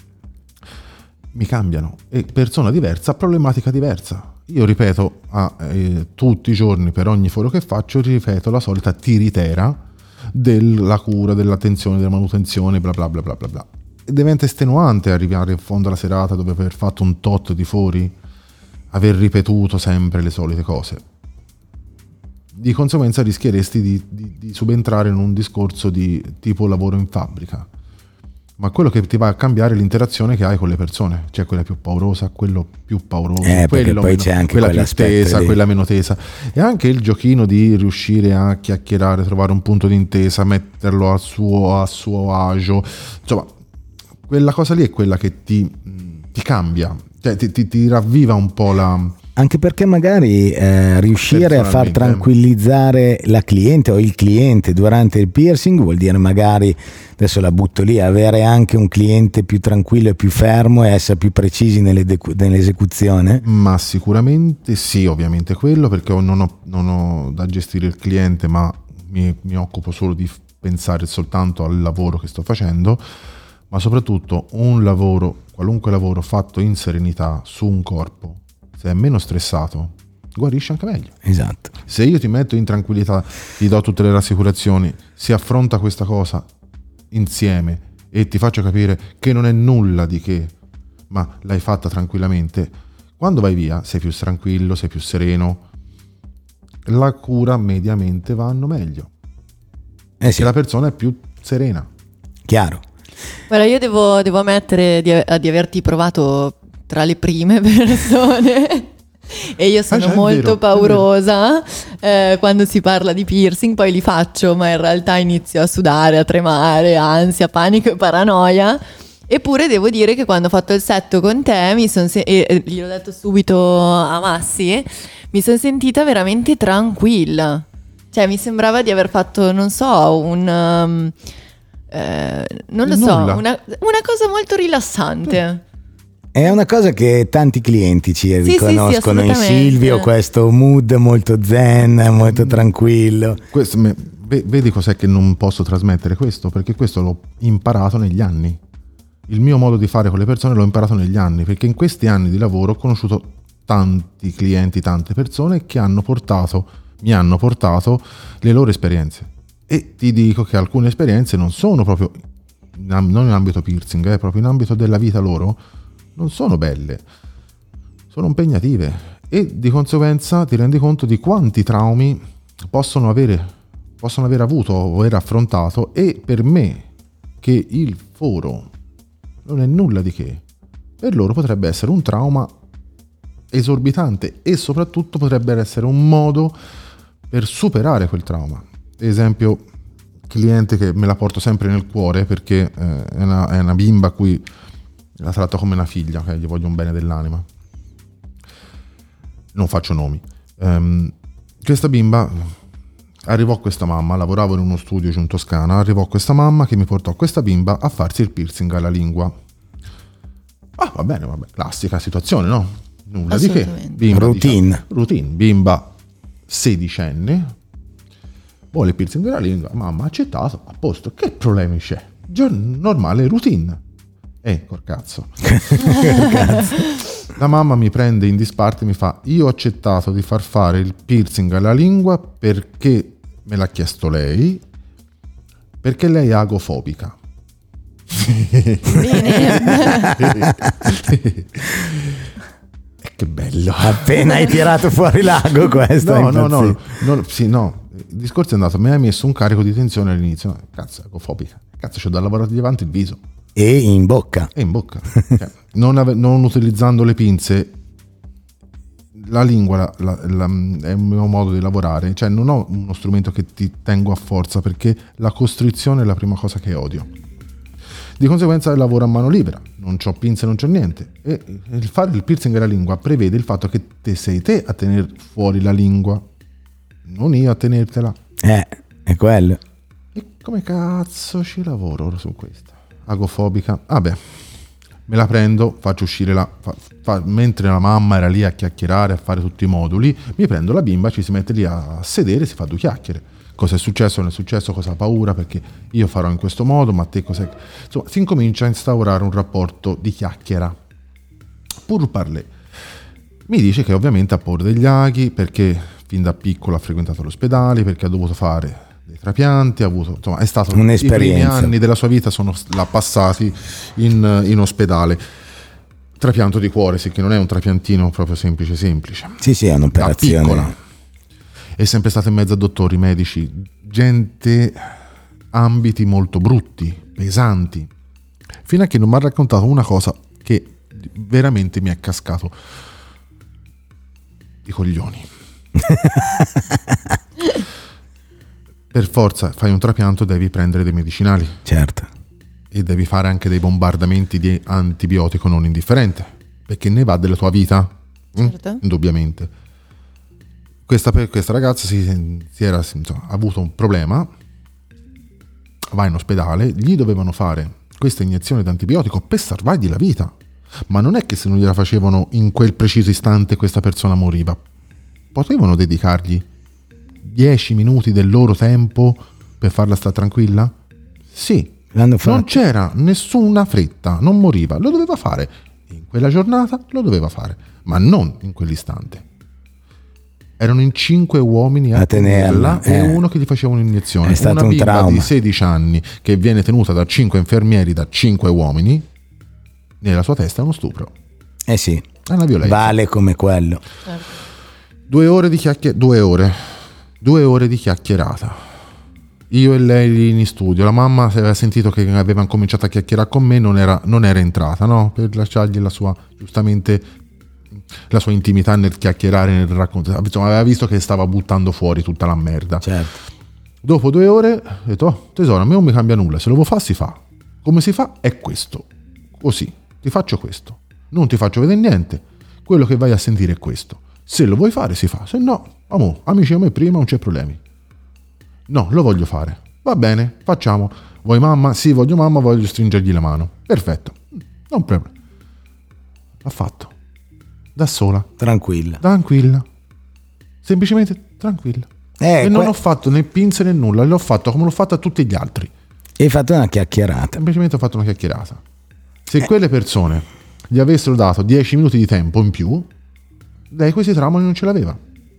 mi cambiano, e persona diversa, problematica diversa. Io ripeto a, eh, tutti i giorni, per ogni foro che faccio, ripeto la solita tiritera della cura, dell'attenzione, della manutenzione, bla bla bla bla bla bla. E diventa estenuante arrivare in fondo alla serata dopo aver fatto un tot di fori, aver ripetuto sempre le solite cose. Di conseguenza rischieresti di, di, di subentrare in un discorso di tipo lavoro in fabbrica, ma quello che ti va a cambiare è l'interazione che hai con le persone, cioè quella più paurosa, quello più pauroso, eh, quello poi meno, c'è anche quella più tesa, lì. quella meno tesa, e anche il giochino di riuscire a chiacchierare, trovare un punto di intesa, metterlo a suo, a suo agio, insomma quella cosa lì è quella che ti, ti cambia, cioè ti, ti, ti ravviva un po' la... Anche perché magari eh, riuscire a far tranquillizzare la cliente o il cliente durante il piercing vuol dire magari, adesso la butto lì, avere anche un cliente più tranquillo e più fermo e essere più precisi nelle de- nell'esecuzione? Ma sicuramente sì, ovviamente quello, perché non ho, non ho da gestire il cliente, ma mi, mi occupo solo di pensare soltanto al lavoro che sto facendo, ma soprattutto un lavoro, qualunque lavoro fatto in serenità su un corpo, se è meno stressato, guarisce anche meglio. Esatto. Se io ti metto in tranquillità, ti do tutte le rassicurazioni, si affronta questa cosa insieme e ti faccio capire che non è nulla di che, ma l'hai fatta tranquillamente, quando vai via sei più tranquillo, sei più sereno, la cura mediamente vanno meglio, eh sì. E la persona è più serena. Chiaro. Guarda, io devo, devo ammettere di, di averti provato tra le prime persone e io sono ah, già, molto vero, paurosa eh, quando si parla di piercing, poi li faccio ma in realtà inizio a sudare, a tremare, ansia, panico e paranoia. Eppure devo dire che quando ho fatto il setto con te mi son se- e gliel'ho detto subito a Massi, mi sono sentita veramente tranquilla, cioè mi sembrava di aver fatto, non so, un um, eh, non lo Nulla. so, una, una cosa molto rilassante. È una cosa che tanti clienti ci sì, riconoscono sì, in sì, Silvio, questo mood molto zen, molto tranquillo. Questo, me, vedi cos'è che non posso trasmettere questo? Perché questo l'ho imparato negli anni. Il mio modo di fare con le persone l'ho imparato negli anni, perché in questi anni di lavoro ho conosciuto tanti clienti, tante persone che hanno portato, mi hanno portato le loro esperienze. E ti dico che alcune esperienze non sono proprio, non in ambito piercing, eh, proprio in ambito della vita loro, non sono belle, sono impegnative, e di conseguenza ti rendi conto di quanti traumi possono avere, possono aver avuto o aver affrontato. E per me, che il foro non è nulla di che, per loro potrebbe essere un trauma esorbitante, e soprattutto potrebbe essere un modo per superare quel trauma. Ad esempio, cliente che me la porto sempre nel cuore, perché eh, è, una, è una bimba a cui la tratto come una figlia, okay? Gli voglio un bene dell'anima, non faccio nomi. Um, questa bimba, arrivò questa mamma, lavoravo in uno studio giù in Toscana, arrivò questa mamma che mi portò questa bimba a farsi il piercing alla lingua. Ah, va bene, vabbè, classica situazione, no? Nulla di che. Bimba, routine. Diciamo, routine, bimba sedicenne, vuole il piercing alla lingua, mamma ha accettato, a posto, che problemi c'è? Giorno normale, routine. Eh, col cazzo. La mamma mi prende in disparte e mi fa: io ho accettato di far fare il piercing alla lingua perché me l'ha chiesto lei, perché lei è agofobica. Che bello. Appena hai tirato fuori l'ago questo. No, no, no, no, sì, no. Il discorso è andato, mi ha messo un carico di tensione all'inizio. No, cazzo, è agofobica. Cazzo, c'ho da lavorare davanti il viso. E in bocca. E in bocca. Cioè, non, ave- non utilizzando le pinze, la lingua la, la, la, è il mio modo di lavorare. Cioè, non ho uno strumento che ti tengo a forza, perché la costrizione è la prima cosa che odio. Di conseguenza lavoro a mano libera, non c'ho pinze, non c'ho niente. E il fare il piercing alla lingua prevede il fatto che te sei te a tenere fuori la lingua, non io a tenertela. Eh, è quello. E come cazzo ci lavoro su questa? Agofobica. Vabbè, me la prendo, faccio uscire la... Fa, fa, mentre la mamma era lì a chiacchierare, a fare tutti i moduli, mi prendo la bimba, ci si mette lì a sedere, si fa due chiacchiere. cosa è successo, non è successo, cosa ha paura, perché io farò in questo modo, ma te cos'è? Insomma, si incomincia a instaurare un rapporto di chiacchiera. Pur parler. Mi dice che ovviamente ha paura degli aghi, perché fin da piccolo ha frequentato l'ospedale, perché ha dovuto fare dei trapianti, ha avuto, insomma, è stato un'esperienza. I primi anni della sua vita sono l'ha passati in, in ospedale. Trapianto di cuore, sì, che non è un trapiantino proprio semplice semplice. Sì, sì, è un'operazione. È sempre stato in mezzo a dottori, medici, gente, ambiti molto brutti, pesanti, fino a che non mi ha raccontato una cosa che veramente mi è cascato i coglioni. Per forza, fai un trapianto, devi prendere dei medicinali. Certo. E devi fare anche dei bombardamenti di antibiotico non indifferente, perché ne va della tua vita. Certo. Mm? Indubbiamente. Questa, questa ragazza si, si era insomma, ha avuto un problema, va in ospedale, gli dovevano fare questa iniezione di antibiotico per salvargli la vita, ma non è che se non gliela facevano in quel preciso istante questa persona moriva. Potevano dedicargli dieci minuti del loro tempo per farla stare tranquilla? Sì, l'hanno fatto. Non c'era nessuna fretta, non moriva, lo doveva fare in quella giornata, lo doveva fare, ma non in quell'istante. Erano in cinque uomini a, a tenerla e eh. uno che gli faceva un'iniezione. È stato una un bimba trauma di sedici anni che viene tenuta da cinque infermieri, da cinque uomini, nella sua testa è uno stupro. Eh sì, è una violenza. Vale come quello. Certo. Due ore di chiacchier- due ore, due ore di chiacchierata. Io e lei lì in studio. La mamma aveva sentito che aveva cominciato a chiacchierare con me, non era, non era entrata, no? Per lasciargli la sua, giustamente, la sua intimità nel chiacchierare, nel raccontare. Insomma, aveva visto che stava buttando fuori tutta la merda. Certo. Dopo due ore ho detto: oh, tesoro, a me non mi cambia nulla, se lo vuoi fare si fa. Come si fa è questo, così, ti faccio questo, non ti faccio vedere niente, quello che vai a sentire è questo. Se lo vuoi fare si fa, se no, amore, amici a me prima, non c'è problemi. No, lo voglio fare. Va bene, facciamo. Vuoi mamma? Sì, voglio mamma, voglio stringergli la mano. Perfetto, non problema. L'ha fatto. Da sola. Tranquilla. Tranquilla. Semplicemente tranquilla. Eh, e non que- ho fatto né pinze né nulla, l'ho fatto come l'ho fatto a tutti gli altri. Hai fatto una chiacchierata. Semplicemente ho fatto una chiacchierata. Se eh. quelle persone gli avessero dato dieci minuti di tempo in più, lei questi traumi non ce l'aveva.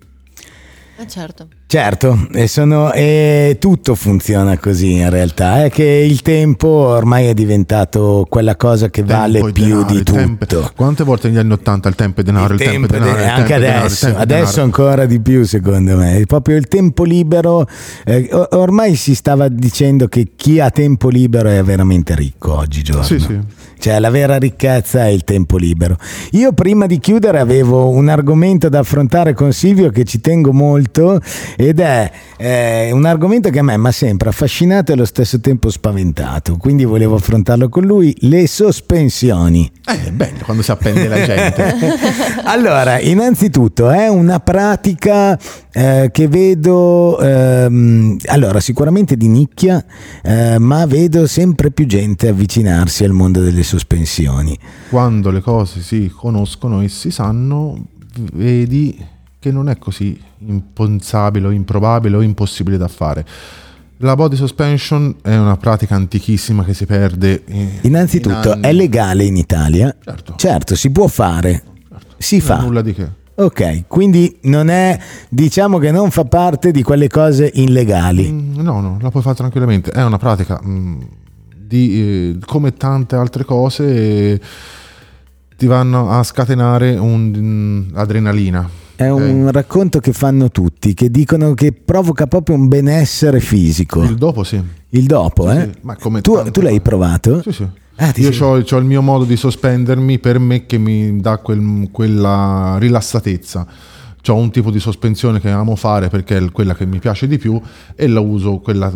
Eh certo. Certo, e, sono, e tutto funziona così in realtà, è che il tempo ormai è diventato quella cosa che tempo vale più denaro, di tutto. Tempo. Quante volte negli anni ottanta il tempo è denaro, il, il tempo è denaro, de- il anche tempo adesso, denaro, adesso denaro. ancora di più secondo me, è proprio il tempo libero, eh, ormai si stava dicendo che chi ha tempo libero è veramente ricco oggigiorno. Sì, sì. Cioè la vera ricchezza è il tempo libero. Io prima di chiudere avevo un argomento da affrontare con Silvio che ci tengo molto, ed è eh, un argomento che a me mi ha sempre affascinato e allo stesso tempo spaventato, quindi volevo affrontarlo con lui: le sospensioni. Eh, è bello quando si appende la gente. Allora, innanzitutto è una pratica eh, che vedo ehm, allora sicuramente di nicchia, eh, ma vedo sempre più gente avvicinarsi al mondo delle sospensioni. Quando le cose si conoscono e si sanno, vedi che non è così impensabile o improbabile o impossibile da fare. La body suspension è una pratica antichissima che si perde in, innanzitutto in è legale in Italia. Certo, certo si può fare, certo. Si non fa nulla di che. Ok, quindi non è, diciamo che non fa parte di quelle cose illegali. Mm, no, no, la puoi fare tranquillamente. È una pratica mm, di eh, come tante altre cose eh, ti vanno a scatenare un'adrenalina. Mm, È un okay. racconto che fanno tutti, che dicono che provoca proprio un benessere fisico. Il dopo sì. Il dopo, sì, eh? Sì. Ma come tu, tu l'hai provato? Sì, sì. Ah, io ho il mio modo di sospendermi per me che mi dà quel, quella rilassatezza. C'ho un tipo di sospensione che amo fare perché è quella che mi piace di più e la uso quella,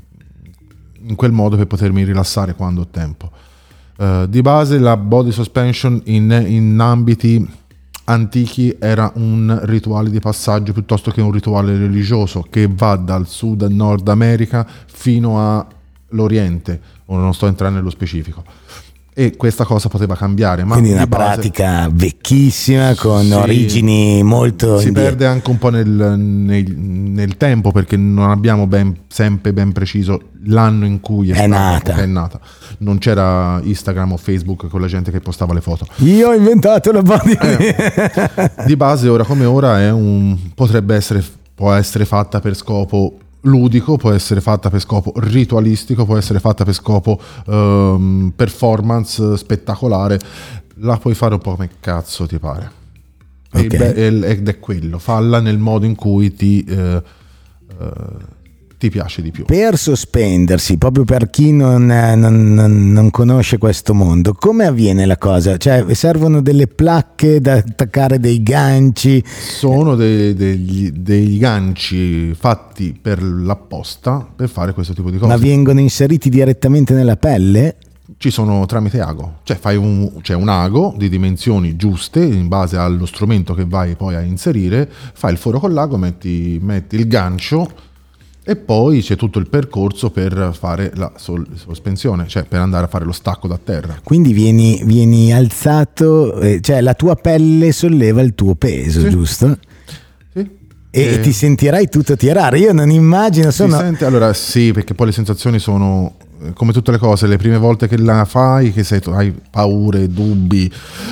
in quel modo per potermi rilassare quando ho tempo. Uh, di base la body suspension in, in ambiti antichi era un rituale di passaggio piuttosto che un rituale religioso che va dal sud al nord America fino all'oriente. Ora non sto entrando nello specifico. e questa cosa poteva cambiare. Ma quindi una base, pratica vecchissima con sì, origini molto si indietro. perde anche un po' nel, nel, nel tempo, perché non abbiamo ben, sempre ben preciso l'anno in cui è, è, stata, nata. è nata. Non c'era Instagram o Facebook con la gente che postava le foto. Io ho inventato la body eh, di base ora come ora è un, potrebbe essere, può essere fatta per scopo ludico, può essere fatta per scopo ritualistico, può essere fatta per scopo um, performance spettacolare, la puoi fare un po' come cazzo ti pare. Okay. Ed è quello, falla nel modo in cui ti eh, eh, ti piace di più. Per sospendersi, proprio per chi non, non, non, non conosce questo mondo, come avviene la cosa? Cioè, servono delle placche da attaccare, dei ganci? Sono dei, degli, dei ganci fatti per l'apposta per fare questo tipo di cose. Ma vengono inseriti direttamente nella pelle? Ci sono tramite ago, cioè fai un, c'è un ago di dimensioni giuste in base allo strumento che vai poi a inserire, fai il foro con l'ago, metti, metti il gancio e poi c'è tutto il percorso per fare la sol- sospensione, cioè per andare a fare lo stacco da terra. Quindi vieni, vieni alzato, eh, cioè la tua pelle solleva il tuo peso, sì. giusto? Sì. E, e e ti sentirai tutto tirare. Io non immagino, sono... Si sente, allora sì, perché poi le sensazioni sono come tutte le cose, le prime volte che la fai, che sei, hai paure, dubbi,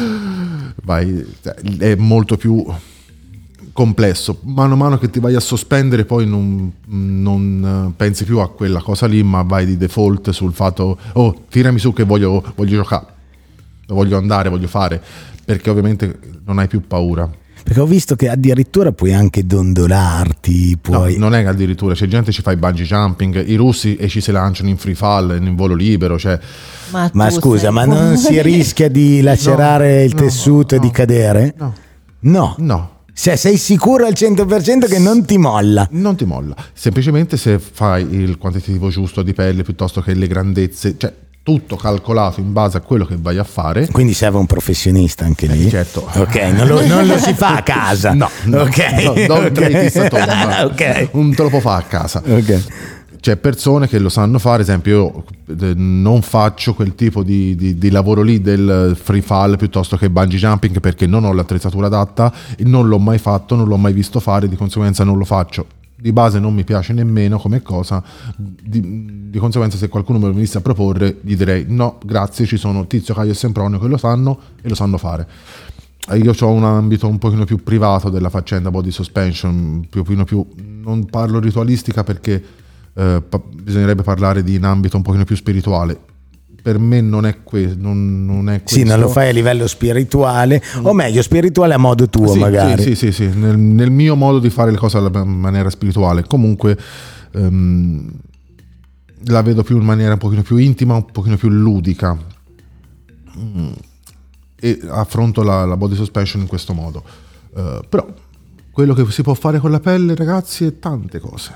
vai, è molto più complesso. Mano a mano che ti vai a sospendere poi non, non pensi più a quella cosa lì, ma vai di default sul fatto oh tirami su che voglio, voglio giocare, voglio andare, voglio fare, perché ovviamente non hai più paura. Perché ho visto che addirittura puoi anche dondolarti, puoi... No, non è che addirittura, c'è gente che ci fa i bungee jumping, i russi e ci si lanciano in free fall, in volo libero, cioè... Ma, ma scusa, ma fuori. non si rischia di lacerare no, il tessuto no, e di cadere? No. No. No. Cioè, sei sicuro al cento per cento che non ti molla? Non ti molla, semplicemente se fai il quantitativo giusto di pelle piuttosto che le grandezze, cioè tutto calcolato in base a quello che vai a fare. Quindi serve un professionista anche lì? Eh, certo. Ok, non lo, non lo si fa a casa. No, no, ok. no, don't okay. treat this at home. Ok. Non te lo può fare a casa. Ok. C'è persone che lo sanno fare, ad esempio io non faccio quel tipo di, di, di lavoro lì del free fall piuttosto che bungee jumping perché non ho l'attrezzatura adatta, non l'ho mai fatto, non l'ho mai visto fare, di conseguenza non lo faccio. Di base non mi piace nemmeno come cosa, di, di conseguenza se qualcuno me lo venisse a proporre gli direi no grazie, ci sono Tizio, Caio e Sempronio che lo sanno e lo sanno fare. Io ho un ambito un pochino più privato della faccenda body suspension, più, più, più non parlo ritualistica perché eh, pa- bisognerebbe parlare di un ambito un pochino più spirituale. Per me non è, que- non, non è questo. Sì, non lo fai a livello spirituale, mm. o meglio spirituale a modo tuo, sì, magari. Sì, sì, sì, sì. Nel, nel mio modo di fare le cose alla maniera spirituale. Comunque ehm, la vedo più in maniera un pochino più intima, un pochino più ludica. Mm. E affronto la, la body suspension in questo modo. Uh, però quello che si può fare con la pelle, ragazzi, è tante cose.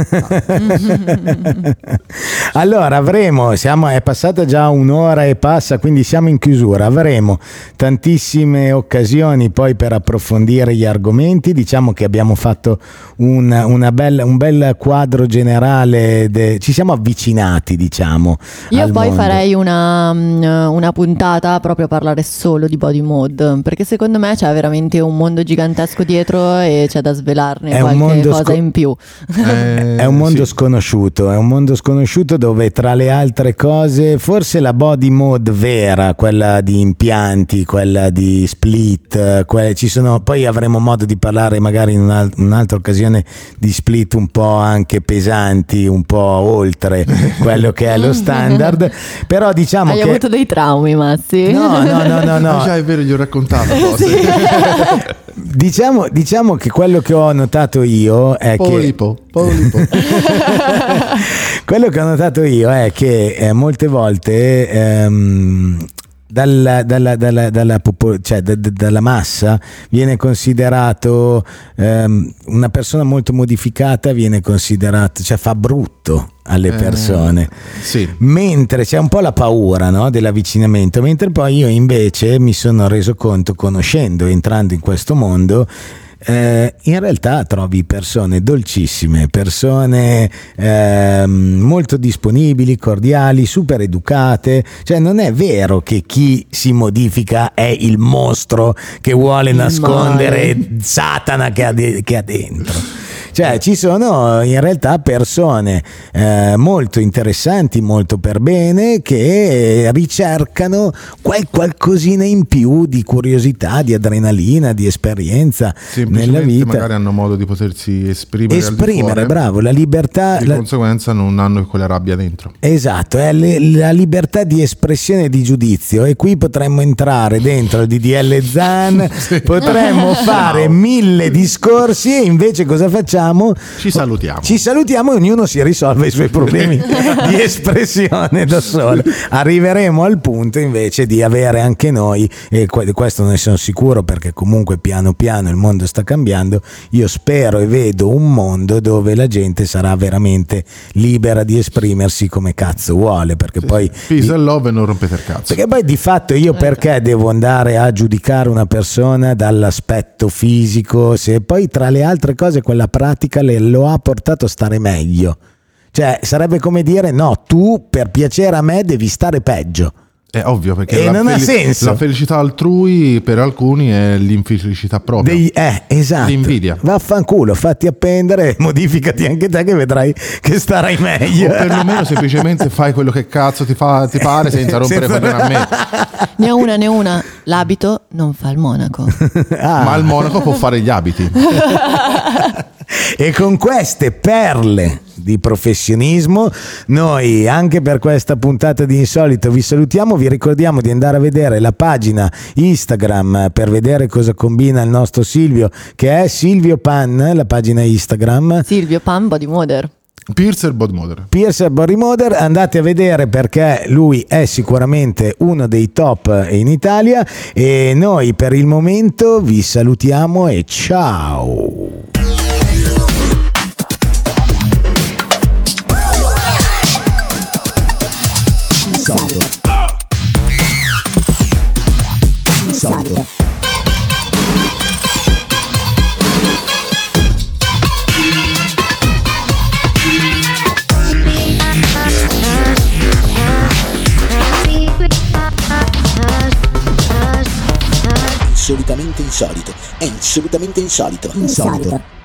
Allora avremo, siamo, è passata già un'ora e passa, quindi siamo in chiusura. Avremo tantissime occasioni poi per approfondire gli argomenti. Diciamo che abbiamo fatto un, una bella, un bel quadro generale, de, ci siamo avvicinati, diciamo. Io al poi mondo. farei una, una puntata proprio a parlare solo di body mode, perché secondo me c'è veramente un mondo gigantesco dietro e c'è da svelarne è qualche cosa sco- in più. Eh, è un mondo sì. sconosciuto, è un mondo sconosciuto dove tra le altre cose forse la body mode vera, quella di impianti, quella di split, quelle, ci sono, poi avremo modo di parlare magari in una, un'altra occasione di split un po' anche pesanti, un po' oltre quello che è lo standard, però diciamo Hai che... avuto dei traumi, Mazzi? No, no, no, no, no. Ah, già è vero, gli ho raccontato cose. Diciamo, diciamo che quello che ho notato io è polipo, che polipo. quello che ho notato io è che eh, molte volte ehm, dalla, dalla, dalla, dalla, popo- cioè, da, da, dalla massa viene considerato ehm, una persona molto modificata, viene considerato, cioè fa brutto alle persone, eh, sì. Mentre c'è un po' la paura, no, dell'avvicinamento, mentre poi io invece mi sono reso conto, conoscendo, entrando in questo mondo, eh, in realtà trovi persone dolcissime, persone eh, molto disponibili, cordiali, super educate. Cioè non è vero che chi si modifica è il mostro che vuole nascondere Satana che ha, de- che ha dentro. Cioè ci sono in realtà persone eh, molto interessanti, molto per bene, che ricercano quel qualcosina in più di curiosità, di adrenalina, di esperienza nella vita. Magari hanno modo di potersi esprimere, esprimere, bravo, la libertà. Di la... conseguenza non hanno quella rabbia dentro. Esatto, è le, la libertà di espressione e di giudizio, e qui potremmo entrare dentro il D D L Zan, sì. Potremmo fare no. mille discorsi, e invece cosa facciamo? Ci salutiamo. Ci salutiamo e ognuno si risolve i suoi problemi di espressione da solo. Arriveremo al punto invece di avere anche noi, e questo ne sono sicuro perché comunque piano piano il mondo sta cambiando, io spero e vedo un mondo dove la gente sarà veramente libera di esprimersi come cazzo vuole, perché sì, poi peace di, and love e non rompete il cazzo, perché poi di fatto io perché devo andare a giudicare una persona dall'aspetto fisico, se poi tra le altre cose quella pratica le, lo ha portato a stare meglio? Cioè sarebbe come dire no, tu per piacere a me devi stare peggio. È ovvio, perché e la, non fel- ha senso. La felicità altrui per alcuni è l'infelicità propria. Dei, eh, esatto. L'invidia. Vaffanculo, fatti appendere, modificati anche te che vedrai che starai meglio. O perlomeno semplicemente fai quello che cazzo ti, fa, ti pare senza rompere senza... coglione a me. Ne ho una, ne ho una. L'abito non fa il monaco. Ah. Ma il monaco può fare gli abiti. E con queste perle di professionismo noi anche per questa puntata di Insolito vi salutiamo, vi ricordiamo di andare a vedere la pagina Instagram per vedere cosa combina il nostro Silvio, che è Silvio Pan, la pagina Instagram Silvio Pan Bodymoder. Piercer Bodymoder. Piercer Bodymoder, andate a vedere perché lui è sicuramente uno dei top in Italia, e noi per il momento vi salutiamo e ciao. Insolito. Insolito. Insolitamente insolito. È insolitamente insolito. Insolito.